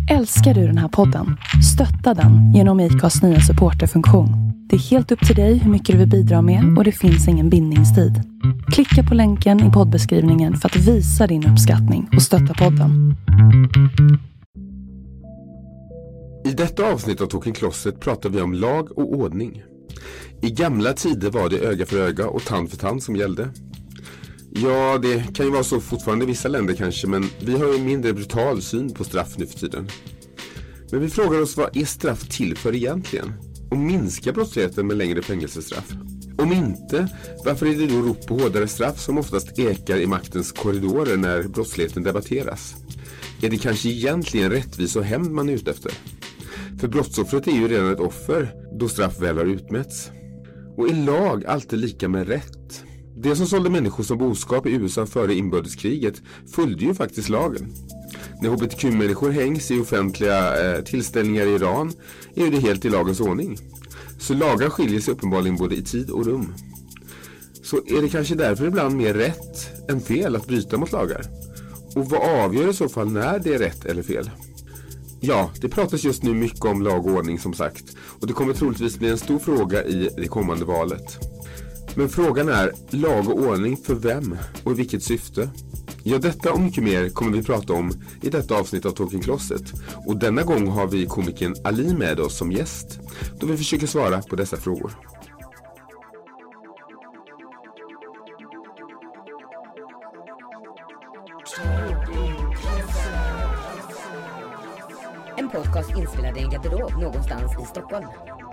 Älskar du den här podden? Stötta den genom ICAs nya supporterfunktion. Det är helt upp till dig hur mycket du vill bidra med och det finns ingen bindningstid. Klicka på länken i poddbeskrivningen för att visa din uppskattning och stötta podden. I detta avsnitt av Talking Closet pratar vi om lag och ordning. I gamla tider var det öga för öga och tand för tand som gällde. Ja, det kan ju vara så fortfarande i vissa länder kanske, men vi har ju en mindre brutal syn på straff nu för tiden. Men vi frågar oss, vad är straff till för egentligen? Och minska brottsligheten med längre fängelsestraff? Om inte, varför är det då rop på hårdare straff som oftast ekar i maktens korridorer när brottsligheten debatteras? Är det kanske egentligen rättvis och hämnd man är ute efter? För brottsoffret är ju redan ett offer då straff väl har utmätts. Och är lag alltid lika med rätt? Det som sålde människor som boskap i USA före inbördeskriget följde ju faktiskt lagen. När hbtq-människor hängs i offentliga tillställningar i Iran är ju det helt i lagens ordning. Så lagar skiljer sig uppenbarligen både i tid och rum. Så är det kanske därför ibland mer rätt än fel att bryta mot lagar? Och vad avgör i så fall när det är rätt eller fel? Ja, det pratas just nu mycket om lag och ordning som sagt. Och det kommer troligtvis bli en stor fråga i det kommande valet. Men frågan är, lag och ordning för vem och i vilket syfte? Ja, detta och mycket mer kommer vi prata om i detta avsnitt av Talking Closet. Och denna gång har vi komikern Ali med oss som gäst, då vi försöker svara på dessa frågor. En podcast inspelad i en garderob någonstans i Stockholm.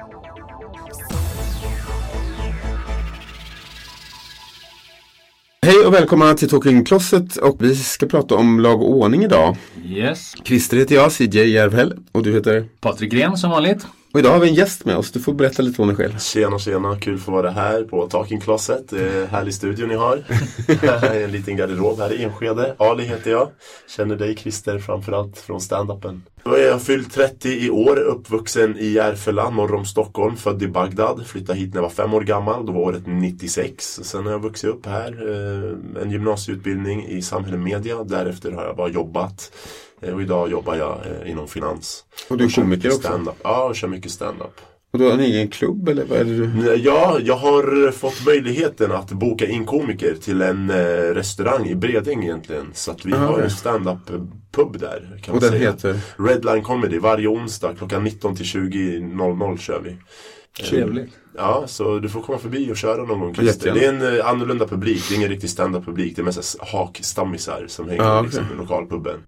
Hej och välkomna till Talking Closet, och vi ska prata om lag och ordning idag. Yes. Christer heter jag, CJ Järvhäll, och du heter? Patrik Gren som vanligt. Och idag har vi en gäst med oss, du får berätta lite om dig själv. Tjena, kul för att vara här på Talking Closet. Härlig studio ni har. En liten garderob här i Enskede. Ali heter jag. Känner dig Christer framförallt från stand-upen. Jag har fyllt 30 i år, uppvuxen i Järfälla, norr om Stockholm, född i Bagdad. Flyttade hit när jag var 5 år gammal, då var året 96. Sen har jag vuxit upp här, en gymnasieutbildning i samhällsmedia. Därefter har jag bara jobbat. Och idag jobbar jag inom finans. Och du är komiker också? Ja, jag kör mycket stand-up. Och du har en egen klubb eller vad är det du? Ja, jag har fått möjligheten att boka in komiker till en restaurang i Bredäng egentligen. Så att vi har en stand-up-pub där, kan man säga. Och den heter? Redline Comedy, varje onsdag klockan 19 till 20.00 kör vi. Trevligt. Ja, så du får komma förbi och köra någon gång, Christer. Det är en annorlunda publik, det är ingen riktig stand-up-publik. Det är mest hakstammisar som hänger liksom, i lokalpubben.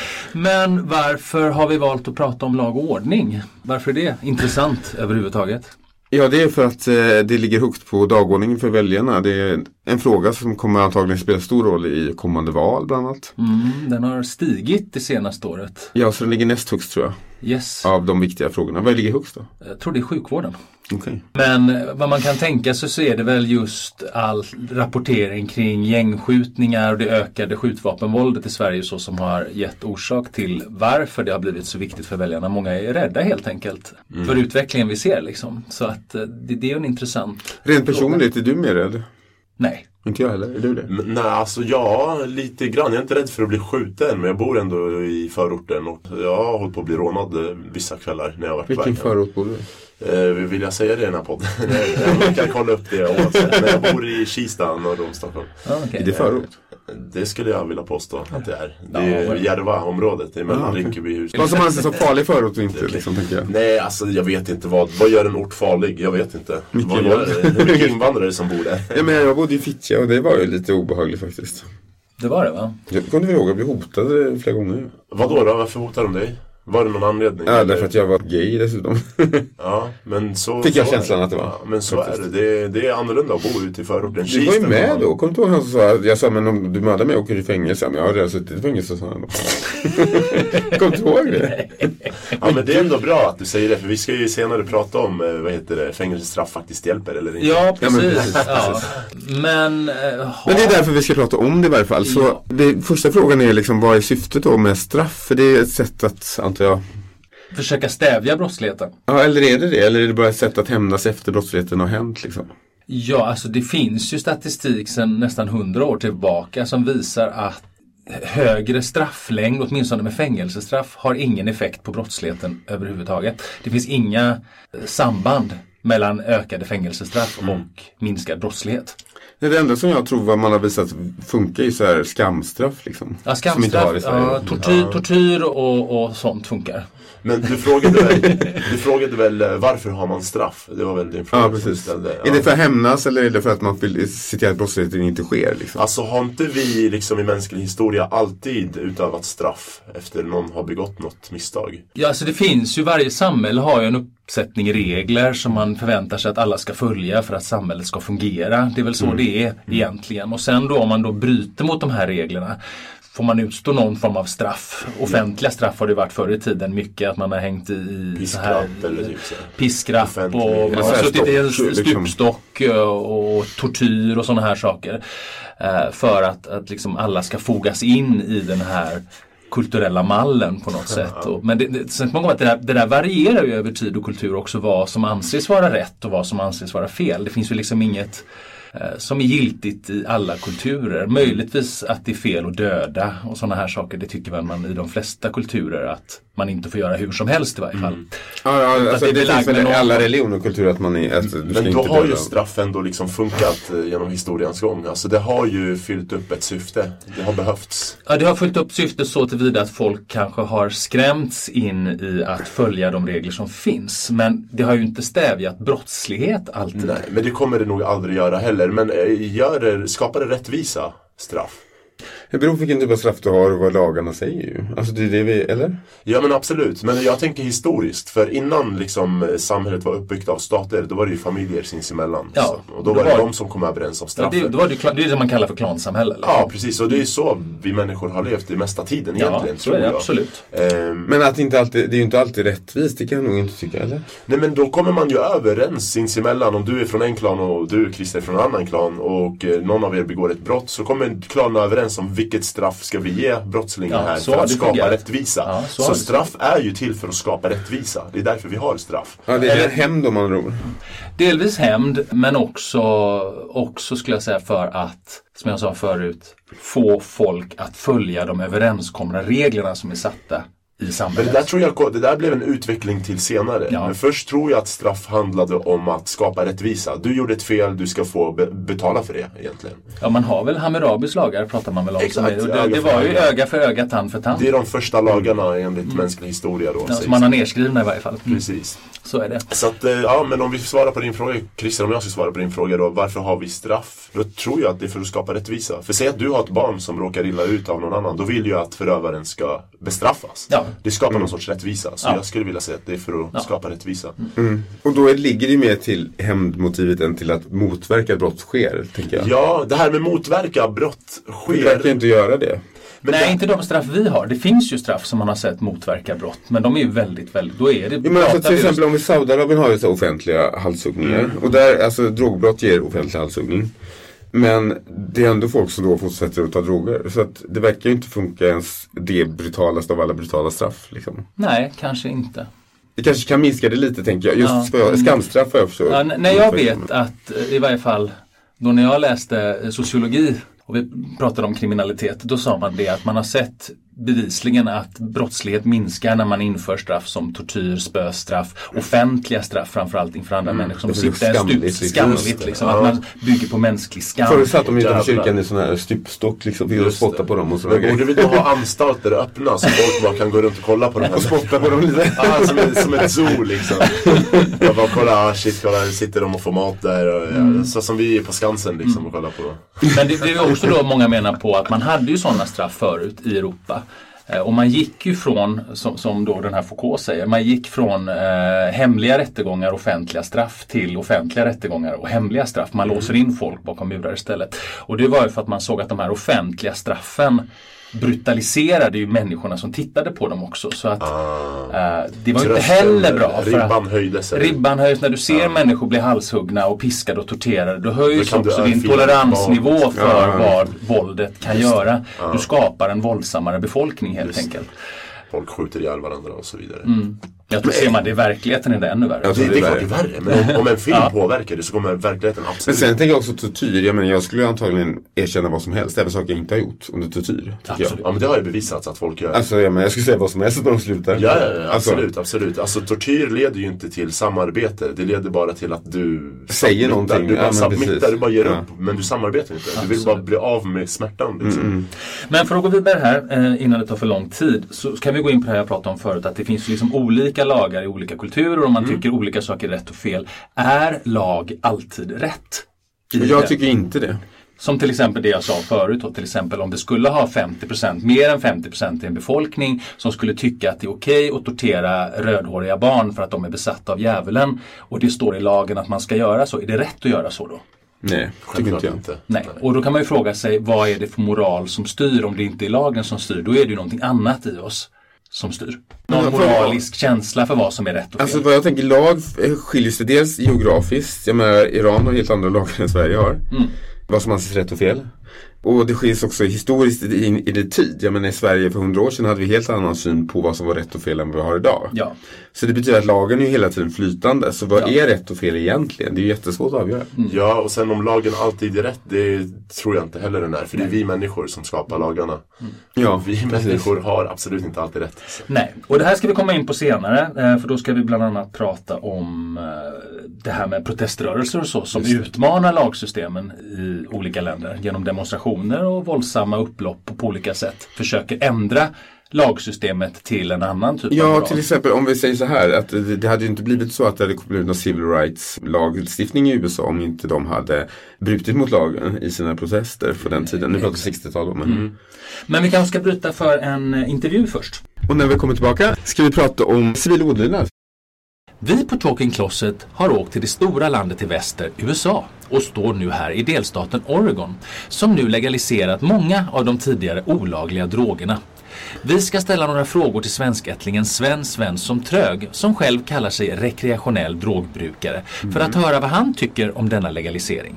Men varför har vi valt att prata om lag och ordning? Varför är det intressant överhuvudtaget? Ja, det är för att det ligger högt på dagordningen för väljarna. Det är en fråga som kommer antagligen spela stor roll i kommande val bland annat. Den har stigit det senaste året. Ja, så den ligger näst högst tror jag. Yes. Av de viktiga frågorna. Vad ligger högst då? Jag tror det är sjukvården. Okay. Men vad man kan tänka sig så är det väl just all rapportering kring gängskjutningar och det ökade skjutvapenvåldet i Sverige så som har gett orsak till varför det har blivit så viktigt för väljarna. Många är rädda helt enkelt för utvecklingen vi ser liksom. Så att det är en intressant Rent personligt, är du mer rädd? Nej. Inte jag heller, är du det? Nej, alltså ja, lite grann. Jag är inte rädd för att bli skjuten, men jag bor ändå i förorten och jag har hållit på att bli rånad vissa kvällar när jag har varit på vägen. Vilken förort bor du? Vill jag säga det i den här podden? Jag kan kolla upp det oavsett. Men jag bor i Kista, norr om Stockholm. Okay. Är det förort? Det skulle jag vilja påstå att det är. Det är Järva-området, det är mellan Rinkeby-hus. Vad som anses som farlig förort och inte, liksom, tänker jag. Nej, alltså jag vet inte vad gör en ort farlig? Jag vet inte. Hur mycket invandrare som bor där? Ja, men jag bodde i Fittja och det var ju lite obehagligt faktiskt. Det var det, va? Jag kunde väl ihåg att bli hotad flera gånger. Vadå då? Varför hotar de dig? Var det någon anledning? Ja, därför att jag var gay dessutom. Ja, men så... Fick jag känslan att det var. Ja, men så faktiskt. Är det. Det är annorlunda att bo ute i förorten. Du var ju med då. Kom du ihåg han som sa, jag sa, men om du mördar mig och åker i fängelse. Men jag har redan suttit i fängelse, sa han då. Kom du ihåg det? Ja, men det är ändå bra att du säger det. För vi ska ju senare prata om, fängelsestraff faktiskt hjälper eller inte. Ja, precis. Ja, men det är därför vi ska prata om det i varje fall. Så första frågan är liksom, vad är syftet då med straff? För det är ett sätt att, antar jag, försöka stävja brottsligheten. Ja, eller är det det? Eller är det bara ett sätt att hämnas efter brottsligheten har hänt liksom? Ja, alltså det finns ju statistik sedan nästan 100 år tillbaka som visar att högre strafflängd, åtminstone med fängelsestraff, har ingen effekt på brottsligheten överhuvudtaget. Det finns inga samband mellan ökade fängelsestraff och minskad brottslighet. Det enda som jag tror vad man har visat funkar är så här skamstraff liksom. Ja, skamstraff, tortyr och sånt funkar. Men du frågade väl varför har man straff? Det var väl din fråga. Ja, precis. Är det för att hämnas eller är det för att man vill se till att brottsligheten inte sker? Liksom? Alltså har inte vi liksom i mänsklig historia alltid utövat straff efter någon har begått något misstag? Ja, alltså det finns ju, varje samhälle har ju en uppsättning regler som man förväntar sig att alla ska följa för att samhället ska fungera. Det är väl så det är egentligen. Och sen då om man då bryter mot de här reglerna får man utstå någon form av straff. Offentliga straff har det varit förr i tiden mycket, att man har hängt i piskrapp eller typ så. Piskrapp och man har suttit i en stupstock och tortyr och sådana här saker. För att liksom alla ska fogas in i den här kulturella mallen på något sätt. Men sen kan man komma att det där varierar ju över tid och kultur också, vad som anses vara rätt och vad som anses vara fel. Det finns ju liksom inget som är giltigt i alla kulturer. Möjligtvis att det är fel att döda och sådana här saker, det tycker väl man i de flesta kulturer att man inte får göra hur som helst i varje fall. Ja, alltså det finns väl i alla religioner och kulturer att man är... Alltså, men då har ju straffen då liksom funkat genom historiens gång. Alltså det har ju fyllt upp ett syfte. Det har behövts. Ja, det har fyllt upp syftet så tillvida att folk kanske har skrämts in i att följa de regler som finns. Men det har ju inte stävjat brottslighet alltid. Nej, men det kommer det nog aldrig göra heller. Men skapar det rättvisa straff? Det beror på vilken typ av straff du har och vad lagarna säger ju. Alltså det är det vi, eller? Ja men absolut, men jag tänker historiskt. För innan liksom samhället var uppbyggt av stater, då var det ju familjer sinsemellan. Ja, och då var det de som kom överens om straffen. Ja, det är det man kallar för klansamhälle. Liksom. Ja precis, och det är så vi människor har levt i mesta tiden egentligen, tror jag. Absolut. Men att det är ju inte alltid rättvist, det kan jag nog inte tycka, eller? Nej men då kommer man ju överens sinsemellan. Om du är från en klan och du Christer är från en annan klan och någon av er begår ett brott, så kommer klanen överens om vilket straff ska vi ge brottslingen här för att skapa rättvisa. Ja, så straff är ju till för att skapa rättvisa. Det är därför vi har straff. Ja, det är hämnd om man tror. Delvis hämnd, men också skulle jag säga för att, som jag sa förut, få folk att följa de överenskomna reglerna som är satta i samhället. Men det där blev en utveckling till senare. Ja. Men först tror jag att straff handlade om att skapa rättvisa. Du gjorde ett fel, du ska få betala för det egentligen. Ja, man har väl Hammurabis lagar, pratar man väl om. Exakt, det var ju öga för öga, tand för tand. Det är de första lagarna enligt mänsklig historia då. Ja, som man har nedskrivna i varje fall. Precis. Så är det. Så att, ja, men om vi svarar på din fråga, Christer, om jag ska svara på din fråga då, varför har vi straff? Då tror jag att det är för att skapa rättvisa. För säg att du har ett barn som råkar illa ut av någon annan, då vill ju att förövaren ska bestraffas. Ja. Det skapar någon sorts rättvisa. Så jag skulle vilja säga att det är för att skapa rättvisa. Och då ligger det mer till hämndmotivet än till att motverka brott sker, tänker jag. Ja, det här med motverka brott sker. Det verkar inte göra det. Men nej, inte de straff vi har. Det finns ju straff som man har sett motverka brott. Men de är ju väldigt, då är det... Ja, men alltså, till exempel om vi Saudiarabien har ju så offentliga halshuggningar. Och där, alltså drogbrott ger offentlig halshuggning. Men det är ändå folk som då fortsätter att ta droger. Så att det verkar ju inte funka ens det brutalaste av alla brutala straff. Liksom. Nej, kanske inte. Det kanske kan minska det lite, tänker jag. Just skamstraff har jag också. Ja, när jag vet att, i varje fall, då när jag läste sociologi och vi pratade om kriminalitet, då sa man det att man har sett bevisligen att brottslighet minskar när man inför straff som tortyr, spöstraff, offentliga straff framförallt inför andra människor som sitter skamligt liksom, att man bygger på mänsklig skam. Förut satt de utanför kyrkan i sån här stupstock liksom, för att spotta på dem och sådär. Men borde vi då ha anstalter öppna så folk bara kan gå runt och kolla på dem och spotta på dem lite? Ja, som ett zoo liksom. Jag bara kolla, kolla, sitter de och får mat där och, så som vi är på Skansen liksom och kollar på. Men det är också då många menar på att man hade ju sådana straff förut i Europa. Och man gick ju från, som då den här Foucault säger, man gick från hemliga rättegångar, offentliga straff till offentliga rättegångar och hemliga straff. Man låser in folk bakom murar istället. Och det var ju för att man såg att de här offentliga straffen brutaliserade ju människorna som tittade på dem också. Så att det var inte heller bra. Ribban höjdes. Ribban höjdes. När du ser människor bli halshuggna och piskade och torterade, då höjs också din toleransnivå för vad våldet kan göra. Du skapar en våldsammare befolkning helt enkelt. Folk skjuter ihjäl varandra och så vidare. Jag tror ser man det i verkligheten är det ännu värre. Jag Det tror är klart det är värre, men om en film påverkar det så kommer verkligheten Men absolut. sen tänker jag också tortyr. Jag skulle antagligen erkänna vad som helst, även saker jag inte har gjort under tortyr. Absolut. Ja, men det har ju bevisats att folk gör. Alltså, jag skulle säga vad som helst när de slutar. Ja, Alltså, absolut. Alltså tortyr leder ju inte till samarbete. Det leder bara till att du Säger någonting. Du bara Ja, men submittar, precis. du bara ger Ja. upp. Men du samarbetar inte. Du vill bara bli av med smärtan liksom. Men för att gå vidare här, innan det tar för lång tid, så kan vi gå in på det här jag pratade om förut, att det finns liksom olika lagar i olika kulturer och man tycker olika saker är rätt och fel. Är lag alltid rätt? Jag tycker inte det. Som till exempel det jag sa förut, och till exempel om det skulle ha 50%, mer än 50% i en befolkning som skulle tycka att det är okej att tortera rödhåriga barn för att de är besatta av djävulen, och det står i lagen att man ska göra så. Är det rätt att göra så då? Nej, tycker inte jag. Nej, och då kan man ju fråga sig, vad är det för moral som styr? Om det inte är lagen som styr, då är det ju någonting annat i oss som styr. Någon moralisk känsla för vad som är rätt och fel. Alltså vad jag tänker, lag skiljer sig dels geografiskt. Jag menar, Iran har helt andra lagar än Sverige har. Vad som anses rätt och fel. Och det skiljs också historiskt i det tid. Jag menar, i Sverige för 100 år sedan hade vi helt annan syn på vad som var rätt och fel än vad vi har idag. Ja. Så det betyder att lagen är ju hela tiden flytande. Så vad är rätt och fel egentligen? Det är ju jättesvårt att avgöra. Ja, och sen om lagen alltid är rätt, det tror jag inte heller den är. För det är vi människor som skapar lagarna. Ja, Vi människor har absolut inte alltid rätt. Nej, och det här ska vi komma in på senare, för då ska vi bland annat prata om det här med proteströrelser och så som utmanar lagsystemen i olika länder genom demonstrationer och våldsamma upplopp på olika sätt försöker ändra lagsystemet till en annan typ av Ja, moral. till exempel om vi säger så här, att det hade ju inte blivit så att det hade blivit någon civil rights lagstiftning i USA om inte de hade brutit mot lagen i sina protester för den tiden. Nu pratar 60-talet. Men vi kanske ska bryta för en intervju först. Och när vi kommer tillbaka ska vi prata om civil olydnad. Vi på Talking Closet har åkt till det stora landet i väster, USA, och står nu här i delstaten Oregon, som nu legaliserat många av de tidigare olagliga drogerna. Vi ska ställa några frågor till svenskättlingen Sven Svensson Trög, som själv kallar sig rekreationell drogbrukare, för att höra vad han tycker om denna legalisering.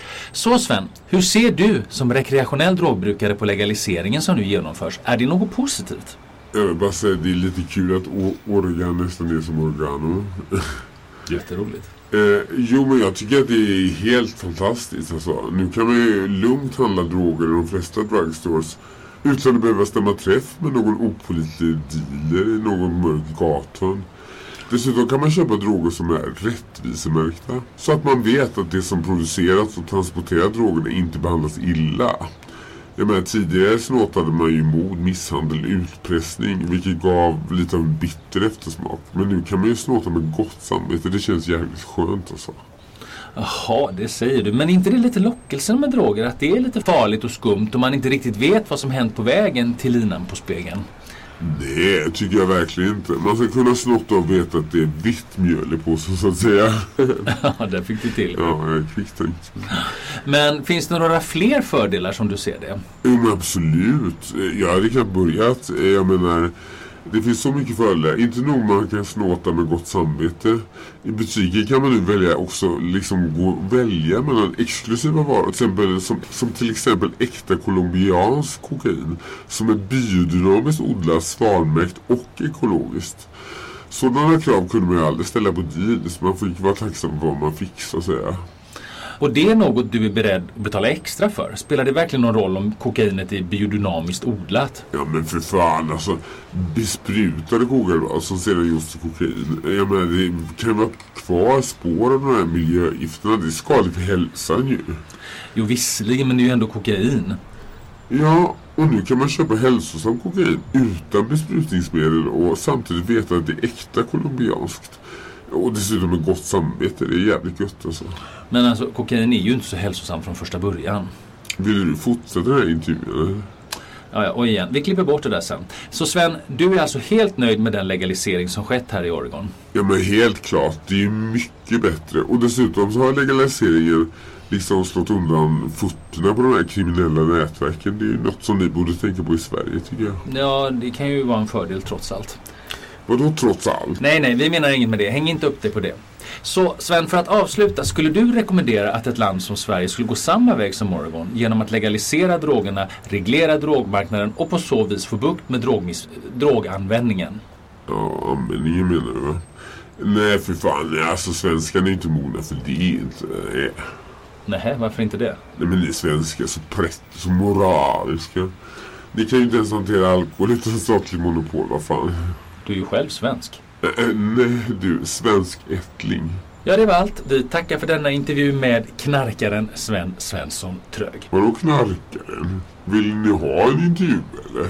Så Sven, hur ser du som rekreationell drogbrukare på legaliseringen som nu genomförs? Är det något positivt? Jag vill bara säga att det är lite kul att Oregon nästan är som Oregano. Jätteroligt. Jo, men jag tycker att det är helt fantastiskt. Alltså. Nu kan man ju lugnt handla droger i de flesta drugstores utan att behöva stämma träff med någon opålitlig dealer i någon mörk gatan. Dessutom kan man köpa droger som är rättvisemärkta, så att man vet att det som producerat och transporterat drogerna inte behandlas illa. Jag menar, tidigare snåtade man ju mord, misshandel, utpressning, vilket gav lite av en bitter eftersmak. Men nu kan man ju snåta med gott samvete, det känns jävligt skönt alltså. Jaha, det säger du. Men inte det lite lockelsen med droger? Att det är lite farligt och skumt och man inte riktigt vet vad som hänt på vägen till linan på spegeln? Nej, tycker jag verkligen inte. Man ska kunna snotta och veta att det är vitt mjöl i påsen, så att säga. Ja, där fick du till. Ja, jag är kvicktänkt. Men finns det några fler fördelar som du ser det? Jo, men absolut. Jag hade knappt börjat. Jag menar, det finns så mycket fördelar. Inte nog man kan snåta med gott samvete. I butiker kan man nu välja också, liksom välja mellan exklusiva varor. Till exempel, som till exempel äkta colombiansk kokain, som är biodynamiskt odlat, svalmärkt och ekologiskt. Sådana krav kunde man ju aldrig ställa på deals. Man fick vara tacksam för vad man fick, så att säga. Och det är något du är beredd att betala extra för? Spelar det verkligen någon roll om kokainet är biodynamiskt odlat? Ja, men för fan, alltså besprutade kokain som sedan just kokain. Jag menar, det kan vara kvar spår av de här miljögifterna. Det är skadligt för hälsan ju. Jo, visserligen, men det är ju ändå kokain. Ja, och nu kan man köpa hälsosam kokain utan besprutningsmedel och samtidigt veta att det är äkta colombianskt. Och dessutom med gott samvete, det är jävligt gött alltså. Men alltså, kokain är ju inte så hälsosam från första början. Vill du fortsätta den här intervjun? Ja, och igen, vi klipper bort det där sen. Så Sven, du är alltså helt nöjd med den legalisering som skett här i Oregon? Ja, men helt klart, det är ju mycket bättre. Och dessutom så har legaliseringen liksom slått undan fötterna på de här kriminella nätverken. Det är ju något som ni borde tänka på i Sverige, tycker jag. Ja, det kan ju vara en fördel trots allt. Vadå trots allt? Nej, vi menar inget med det. Häng inte upp dig på det. Så Sven, för att avsluta, skulle du rekommendera att ett land som Sverige skulle gå samma väg som Oregon genom att legalisera drogerna, reglera drogmarknaden och på så vis få bukt med droganvändningen? Ja, användningen menar du, va? Nej, för fan. Nej, alltså svenskarna är inte mogna för det. Inte. Nej, varför inte det? Nej, men ni svenskar är så så moraliska. Ni kan ju inte ens hantera alkohol utan statlig monopol, vad fan. Du är ju själv svensk. Nej, du, svensk ättling. Ja, det var allt. Vi tackar för denna intervju med knarkaren Sven Svensson Trög. Vadå knarkaren? Vill ni ha en intervju, eller?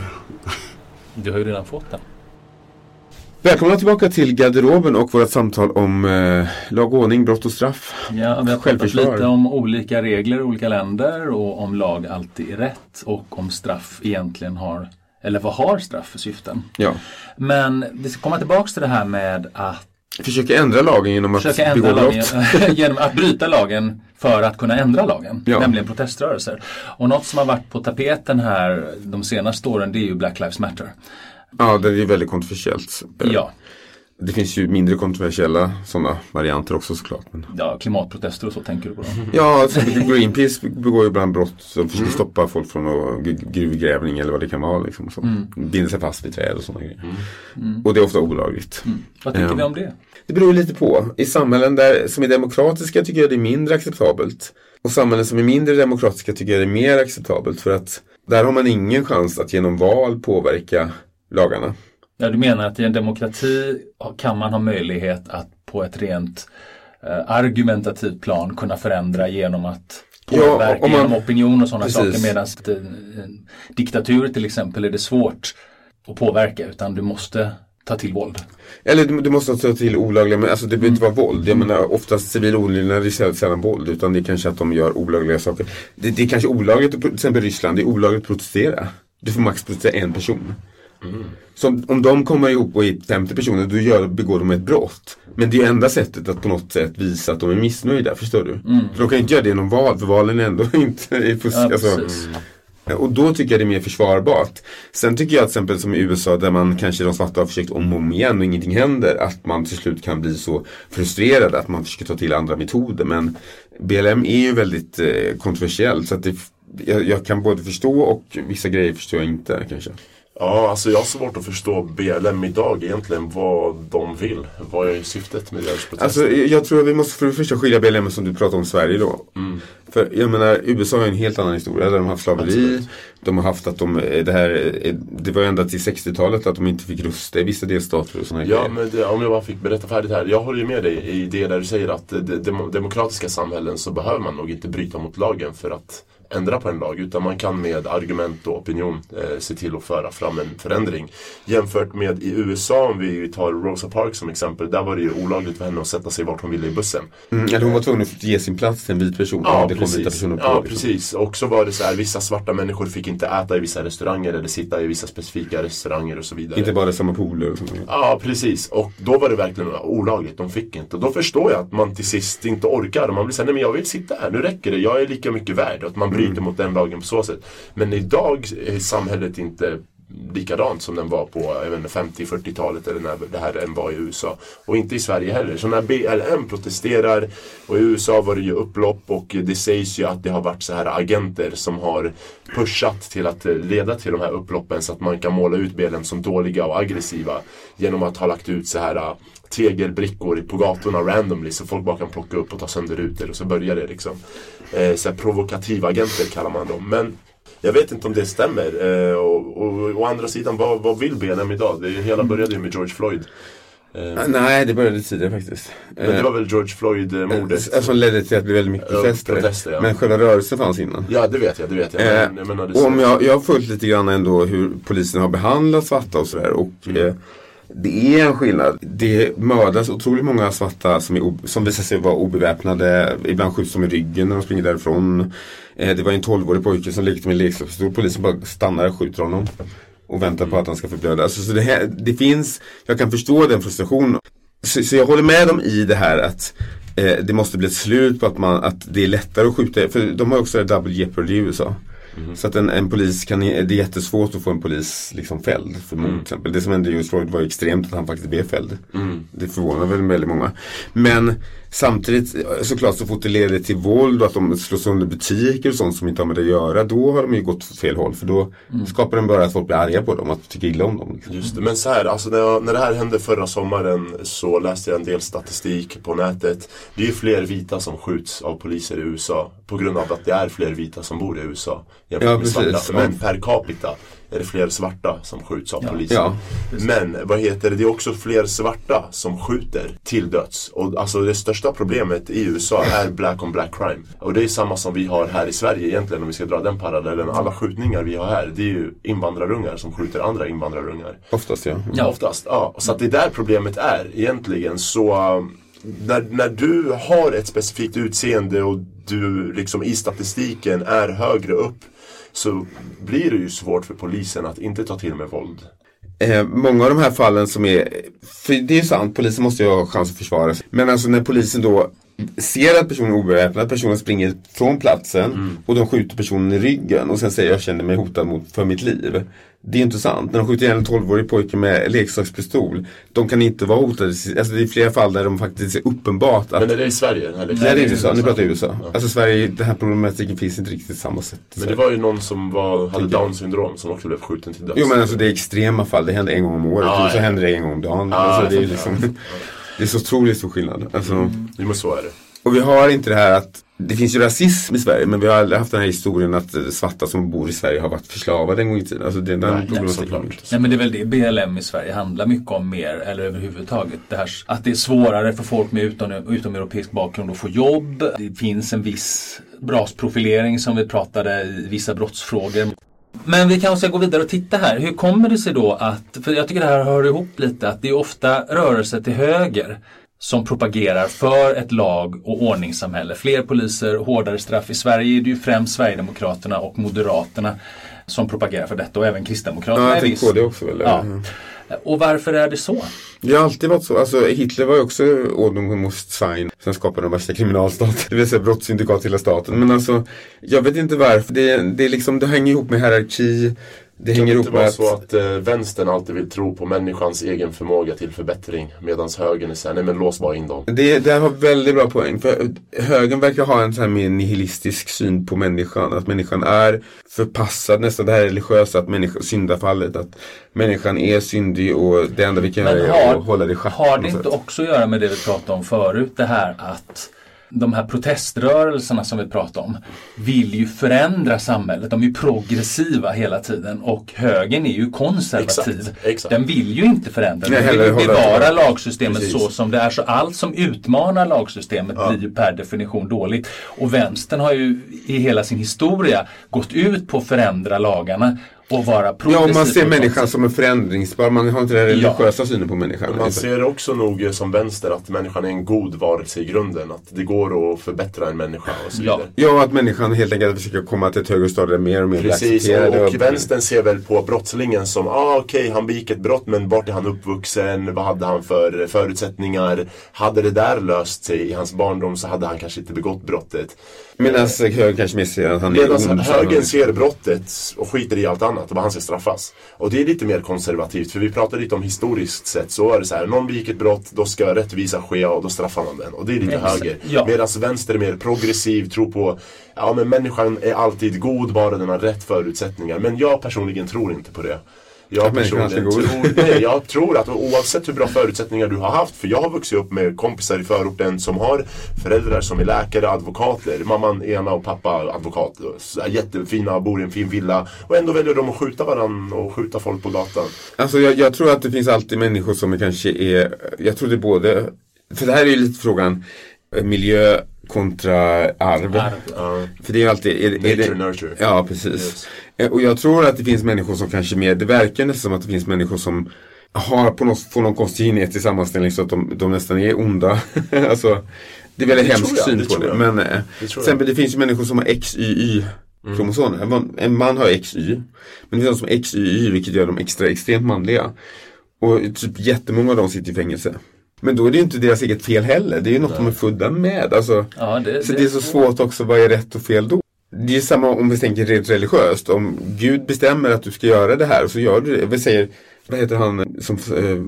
Du har ju redan fått den. Välkomna tillbaka till garderoben och vårt samtal om lag och ordning, brott och straff. Ja, vi har pratat lite om olika regler i olika länder och om lag alltid är rätt och om straff egentligen har, eller vad har straff för syften. Ja. Men vi ska komma tillbaka till det här med att försöka ändra lagen genom att begå brott. Genom att bryta lagen för att kunna ändra lagen, nämligen proteströrelser. Och något som har varit på tapeten här de senaste åren, det är ju Black Lives Matter. Ja, det är väldigt kontroversiellt. Ja. Det finns ju mindre kontroversiella sådana varianter också såklart. Men... Ja, klimatprotester och så tänker du på dem. Ja, Greenpeace begår ju ibland brott och försöker stoppa folk från gruvgrävning eller vad det kan vara. Liksom, så. Binder sig fast vid träd och sådana grejer. Och det är ofta olagligt. Vad tycker vi om det? Det beror lite på. I samhällen där, som är demokratiska tycker jag det är mindre acceptabelt. Och samhällen som är mindre demokratiska tycker jag det är mer acceptabelt. För att där har man ingen chans att genom val påverka lagarna. Ja, du menar att i en demokrati kan man ha möjlighet att på ett rent argumentativt plan kunna förändra genom att påverka genom opinion och sådana saker, medan diktatur till exempel är det svårt att påverka, utan du måste ta till våld. Eller du måste ta till olagliga, men alltså det behöver inte vara våld. Jag menar, oftast civil olydnad är sällan våld, utan det är kanske att de gör olagliga saker. Det är kanske olagligt, till exempel Ryssland, det är olagligt att protestera. Du får max protestera en person. Så om de kommer ihop och är 50 personer, då begår de ett brott. Men det är enda sättet att på något sätt visa att de är missnöjda, förstår du? För de kan inte göra det genom val, för valen är ändå inte fusk. Och då tycker jag det är mer försvarbart. Sen tycker jag till exempel som i USA, där man kanske de svarta har försökt om igen och ingenting händer, att man till slut kan bli så frustrerad att man försöker ta till andra metoder. Men BLM är ju väldigt kontroversiellt, så att jag kan både förstå och vissa grejer förstår jag inte kanske. Ja, alltså jag har svårt att förstå BLM idag egentligen, vad de vill. Vad är syftet med deras protester? Alltså jag tror att vi måste för det första skilja BLM som du pratar om Sverige då. För jag menar, USA är en helt annan historia där de har haft slaveri. Absolut. De har haft att det var ända till 60-talet att de inte fick rösta i vissa delstater och såna grejer. Ja, men om jag bara fick berätta färdigt här. Jag håller ju med dig i det där du säger att demokratiska samhällen så behöver man nog inte bryta mot lagen för att ändra på en lag, utan man kan med argument och opinion se till att föra fram en förändring. Jämfört med i USA, om vi tar Rosa Parks som exempel, där var det ju olagligt för henne att sätta sig vart hon ville i bussen. Hon var tvungen att ge sin plats till en vit person. Ja, det kom vita personer på, ja, precis. Och så var det så här, vissa svarta människor fick inte äta i vissa restauranger eller sitta i vissa specifika restauranger och så vidare. Inte bara samma pooler och sånt. Ja, precis. Och då var det verkligen olagligt. De fick inte. Och då förstår jag att man till sist inte orkar. Och man blir så här, nej men jag vill sitta här. Nu räcker det. Jag är lika mycket värd. Och att man bryter mot den lagen på så sätt. Men idag är samhället inte likadant som den var på 50-40-talet eller när det här än var i USA. Och inte i Sverige heller. Så när BLM protesterar, och i USA var det ju upplopp, och det sägs ju att det har varit så här agenter som har pushat till att leda till de här upploppen så att man kan måla ut BLM som dåliga och aggressiva genom att ha lagt ut så här tegelbrickor på gatorna randomly så folk bara kan plocka upp och ta sönder rutor, och så börjar det liksom. Så här provokativa agenter kallar man dem. Men jag vet inte om det stämmer. Och å andra sidan, vad vill BLM idag? Det hela började ju med George Floyd. Nej, det började tidigare faktiskt. Men det var väl George Floyd-mordet som ledde till att det blev väldigt mycket protester. Ja. Men själva rörelsen fanns innan. Ja, det vet jag. Men och om jag har följt lite grann ändå hur polisen har behandlat svarta och sådär. Och det är en skillnad. Det mördas otroligt många svarta som visar sig vara obeväpnade. Ibland skjuts de i ryggen när de springer därifrån. Det var en 12-årig pojke som lekte med en leksaksstol. Polisen bara stannar och skjuter honom och väntar på att han ska förblöda. Alltså, så det finns, jag kan förstå den frustrationen. Så jag håller med dem i det här att det måste bli ett slut på att det är lättare att skjuta. För de har också double jeopardy i USA. Så att en polis det är jättesvårt att få en polis liksom fälld för mord till exempel. Det som hände just Floyd var extremt att han faktiskt blev fälld. Det förvånar väldigt många. Men samtidigt, såklart, så fort det leder till våld och att de slår sönder butiker och sånt som inte har med det att göra, då har de ju gått fel håll. För då skapar den bara att folk blir arga på dem, att tycka illa om dem. Liksom. Just det, men så här, alltså när det här hände förra sommaren så läste jag en del statistik på nätet. Det är ju fler vita som skjuts av poliser i USA på grund av att det är fler vita som bor i USA jämfört med svarta. Men per capita är det fler svarta som skjuts av polisen. Ja. Men det är också fler svarta som skjuter till döds. Och alltså det största problemet i USA är black on black crime. Och det är samma som vi har här i Sverige egentligen, om vi ska dra den parallellen. Alla skjutningar vi har här, det är ju invandrarungar som skjuter andra invandrarungar. Oftast, ja. Ja, oftast. Ja. Så att det är där problemet är egentligen. Så när du har ett specifikt utseende och du liksom i statistiken är högre upp, så blir det ju svårt för polisen att inte ta till med våld. Många av de här fallen som är... För det är sant, polisen måste ju ha chans att försvara sig. Men alltså när polisen då ser att personen är obeväpnad, personen springer från platsen och de skjuter personen i ryggen och sen säger jag känner mig hotad för mitt liv. Det är inte sant. När de skjuter en 12-årig pojke med leksakspistol, de kan inte vara hotade. Alltså det är flera fall där de faktiskt är uppenbart att... Men är det i Sverige? Nej, det är USA. Nu pratar jag USA. Ja. Alltså Sverige, den här problematiken finns inte riktigt samma sätt. Men det var ju någon som hade Down-syndrom som också blev skjuten till döds. Jo, men alltså det är extrema fall. Det händer en gång om året. Så händer det en gång om dagen. Alltså, det är liksom... Det är så otroligt stor skillnad. Alltså... Men så är det. Och vi har inte det här att det finns ju rasism i Sverige, men vi har aldrig haft den här historien att svarta som bor i Sverige har varit förslavade en gång i tiden. Alltså det är den problematiken. Nej, men det är väl det BLM i Sverige handlar mycket om mer, eller överhuvudtaget. Det här, att det är svårare för folk med utomeuropeisk bakgrund att få jobb. Det finns en viss rasprofilering som vi pratade i vissa brottsfrågor. Men vi kanske ska gå vidare och titta här. Hur kommer det sig då att, för jag tycker det här hör ihop lite, att det är ofta rörelser till höger som propagerar för ett lag- och ordningssamhälle. Fler poliser, hårdare straff. I Sverige är det ju främst Sverigedemokraterna och Moderaterna som propagerar för detta, och även Kristdemokraterna. Ja, jag tänkte på det också väl. Ja. Och varför är det så? Det har alltid varit så. Alltså Hitler var ju också Ordnung muss sein. Sen skapade de värsta kriminalstaten. Det vill säga brottssyndikat till hela staten. Men alltså, jag vet inte varför. Det är liksom, det hänger ihop med hierarki. Det hänger ihop med så att vänstern alltid vill tro på människans egen förmåga till förbättring, medan högern är så här, nej men lås bara in dem. Det har väldigt bra poäng, för högern verkar ha en så här mer nihilistisk syn på människan, att människan är förpassad, nästan det här religiösa, att syndafallet, att människan är syndig och det enda vi kan göra är att hålla det i schack. Har det inte också att göra med det vi pratade om förut, det här att de här proteströrelserna som vi pratar om vill ju förändra samhället. De är ju progressiva hela tiden. Och högern är ju konservativ. Exakt. Den vill ju inte förändra. Den vill ju bevara lagsystemet så som det är. Så allt som utmanar lagsystemet blir ju per definition dåligt. Och vänstern har ju i hela sin historia gått ut på att förändra lagarna och vara progressiv. Ja, man ser människan som en förändringsbar. Man har inte den religiösa synen på människan. Man ser också nog som vänster att människan är en god varelse i grunden. Att det går att förbättra en människa och så vidare. Ja, att människan helt enkelt försöker komma till ett högre stadie mer och mer. Precis, och vänstern ser väl på brottslingen som okej, han begick ett brott, men vart är han uppvuxen? Vad hade han för förutsättningar? Hade det där löst sig i hans barndom så hade han kanske inte begått brottet. Medan högern kanske mer ser att han är ond. Medan högern ser brottet och skiter i allt annat och vad han ska straffas. Och det är lite mer konservativt, för vi pratar lite om historiskt sett, så är det så här, någon begick ett brott, då ska rättvisa ske och då straffar man den. Och det är lite höger. Ja. Medan vänster är mer progressiv, tror på men människan är alltid god bara den har rätt förutsättningar. Men jag personligen tror inte på det. Jag tror att oavsett hur bra förutsättningar du har haft, för jag har vuxit upp med kompisar i förorten som har föräldrar som är läkare, advokater, mamman ena och pappa advokat, jättefina, bor i en fin villa, och ändå väljer de att skjuta varandra och skjuta folk på gatan. Alltså jag tror att det finns alltid människor som kanske är, jag tror det är både, för det här är ju lite frågan miljö kontra arv. För det är ju alltid nurture. Ja, precis. Yes. Och jag tror att det finns människor som kanske mer, det verkar nästan som att det finns människor som får någon konstig genetisk sammanställning så att de nästan är onda. Alltså, det är väldigt hemskt syn på det. Men exempel, det finns ju människor som har XYY-kromosomer. En man har XY, men det finns de som har XYY, vilket gör dem extremt manliga. Och typ jättemånga av dem sitter i fängelse. Men då är det ju inte deras eget fel heller. Det är ju något de är födda med. Alltså, så det är så svårt också, vad är rätt och fel då? det är samma om vi tänker rent religiöst. Om Gud bestämmer att du ska göra det här, så gör du det. Vi säger, vad heter han som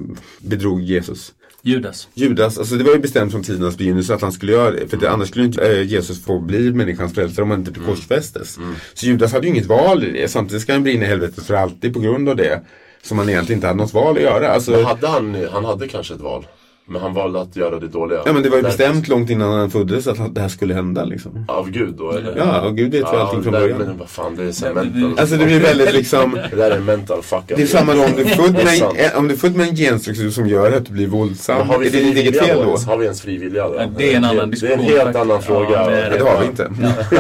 bedrog Jesus? Judas, alltså det var ju bestämt från tidens begynnelse att han skulle göra det. För annars skulle inte Jesus få bli människans frälsare om han inte korsfästes. Så Judas hade ju inget val i det. Samtidigt ska han bli inne i helvetet för alltid på grund av det. Som han egentligen inte hade något val att göra. Alltså, men han hade kanske ett val. Men han valde att göra det dåliga. Ja, men det var ju bestämt långt innan han föddes att det här skulle hända liksom. Av Gud då, eller? Ja, och Gud vet ju allting från början. Men vad fan, det är så mental. Alltså det blir väldigt liksom... Det där är mental fuck. Det är samma om du är född med en genstruktur som gör att du blir våldsam. Har vi är det ditt eget fel då? Har vi ens frivilliga då? Det är en annan diskussion. Det är en helt annan fråga. Ja, det har vi inte.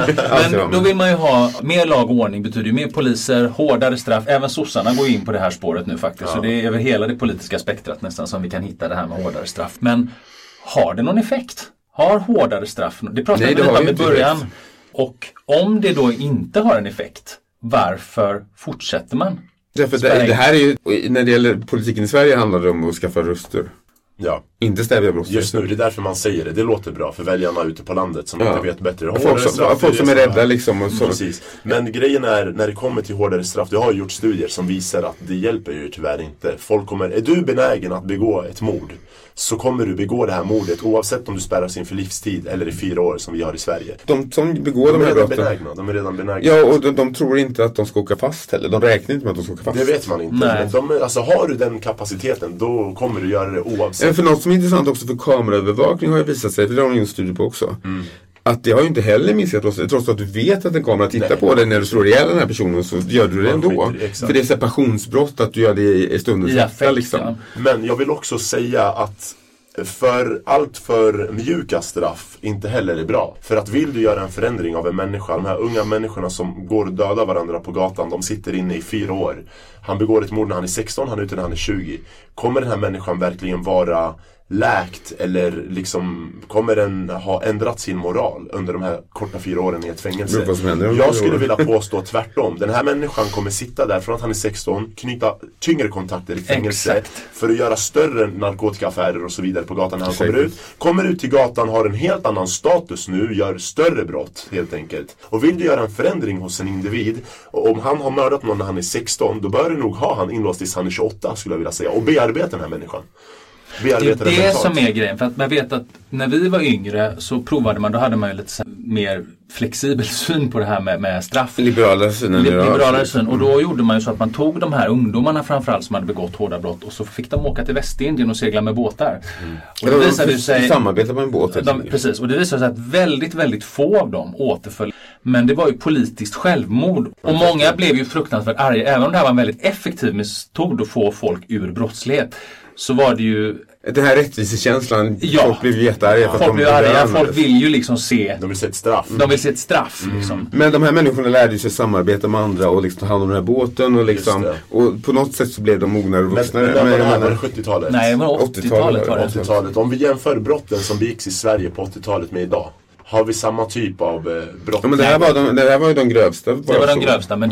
Men då vill man ju ha mer lag och ordning, betyder ju mer poliser, hårdare straff. Även sossarna går in på det här spåret nu faktiskt. Så det är över hela det politiska spektrat nästan som vi kan hitta det här med hårdare straff. Men har det någon effekt? Har hårdare straff? Det pratade vi lite om i början. Effekt. Och om det då inte har en effekt, varför fortsätter man? Därför det här är ju, när det gäller politiken i Sverige handlar det om att skaffa röster. Ja. Inte stävja brott. Just nu, det är därför man säger det. Det låter bra för väljarna ute på landet som inte vet bättre. Folk som är rädda liksom. Och så. Precis. Men grejen är, när det kommer till hårdare straff, det har gjort studier som visar att det hjälper ju tyvärr inte. Är du benägen att begå ett mord, så kommer du begå det här mordet oavsett om du spärras in för livstid eller i 4 år som vi har i Sverige. De som begår de här brotten. De är redan benägna. Ja, och de tror inte att de ska åka fast heller. De räknar inte med att de ska åka fast. Det vet man inte. Men alltså, har du den kapaciteten, då kommer du göra det oavsett. För något som är intressant också för kameraövervakning har ju visat sig, för det har de ju en studie på också. Att det har ju inte heller minskat trots att du vet att en kamera tittar på dig när du slår ihjäl den här personen, så gör du det ändå. För det är passionsbrott att du gör det i stundens hetta liksom. Men jag vill också säga att för allt för mjuka straff inte heller är bra. För att vill du göra en förändring av en människa, de här unga människorna som går och dödar varandra på gatan, de sitter inne i 4 år. Han begår ett mord när han är 16, han är ute när han är 20. Kommer den här människan verkligen vara läkt, eller liksom kommer den ha ändrat sin moral under de här korta 4 åren i ett fängelse? Jag skulle vilja påstå tvärtom. Den här människan kommer sitta där från att han är 16, knyta tyngre kontakter i fängelse för att göra större narkotikaaffärer och så vidare på gatan när han kommer ut till gatan, har en helt annan status nu, gör större brott helt enkelt. Och vill du göra en förändring hos en individ, och om han har mördat någon när han är 16, då bör du nog ha han inlåst tills han är 28, skulle jag vilja säga, och bearbeta den här människan. Det är det som är grejen. För att man vet att när vi var yngre så provade man, då hade man ju lite mer flexibel syn på det här med straff. Liberalare syn. Och då gjorde man ju så att man tog de här ungdomarna framförallt som hade begått hårda brott, och så fick de åka till Västindien och segla med båtar. Och det visade sig samarbeta med en båt. Precis, och det visade sig att väldigt, väldigt få av dem återföll. Men det var ju politiskt självmord. Och många blev ju fruktansvärt arga. Även om det här var en väldigt effektiv metod att få folk ur brottslighet, så var det ju... Den här rättvisekänslan, folk blev ju jättearga. Folk blev arga, folk vill ju liksom se... De vill se ett straff. De vill se ett straff, liksom. Men de här människorna lärde sig samarbeta med andra och liksom ta hand om den här båten och liksom... Och på något sätt så blev de mognare och vuxnare. Men var det 70-talet? Nej, men 80-talet var det. 80-talet. Om vi jämför brotten som begicks i Sverige på 80-talet med idag, har vi samma typ av brott? Ja, men det här var ju de grövsta. Det var de grövsta, men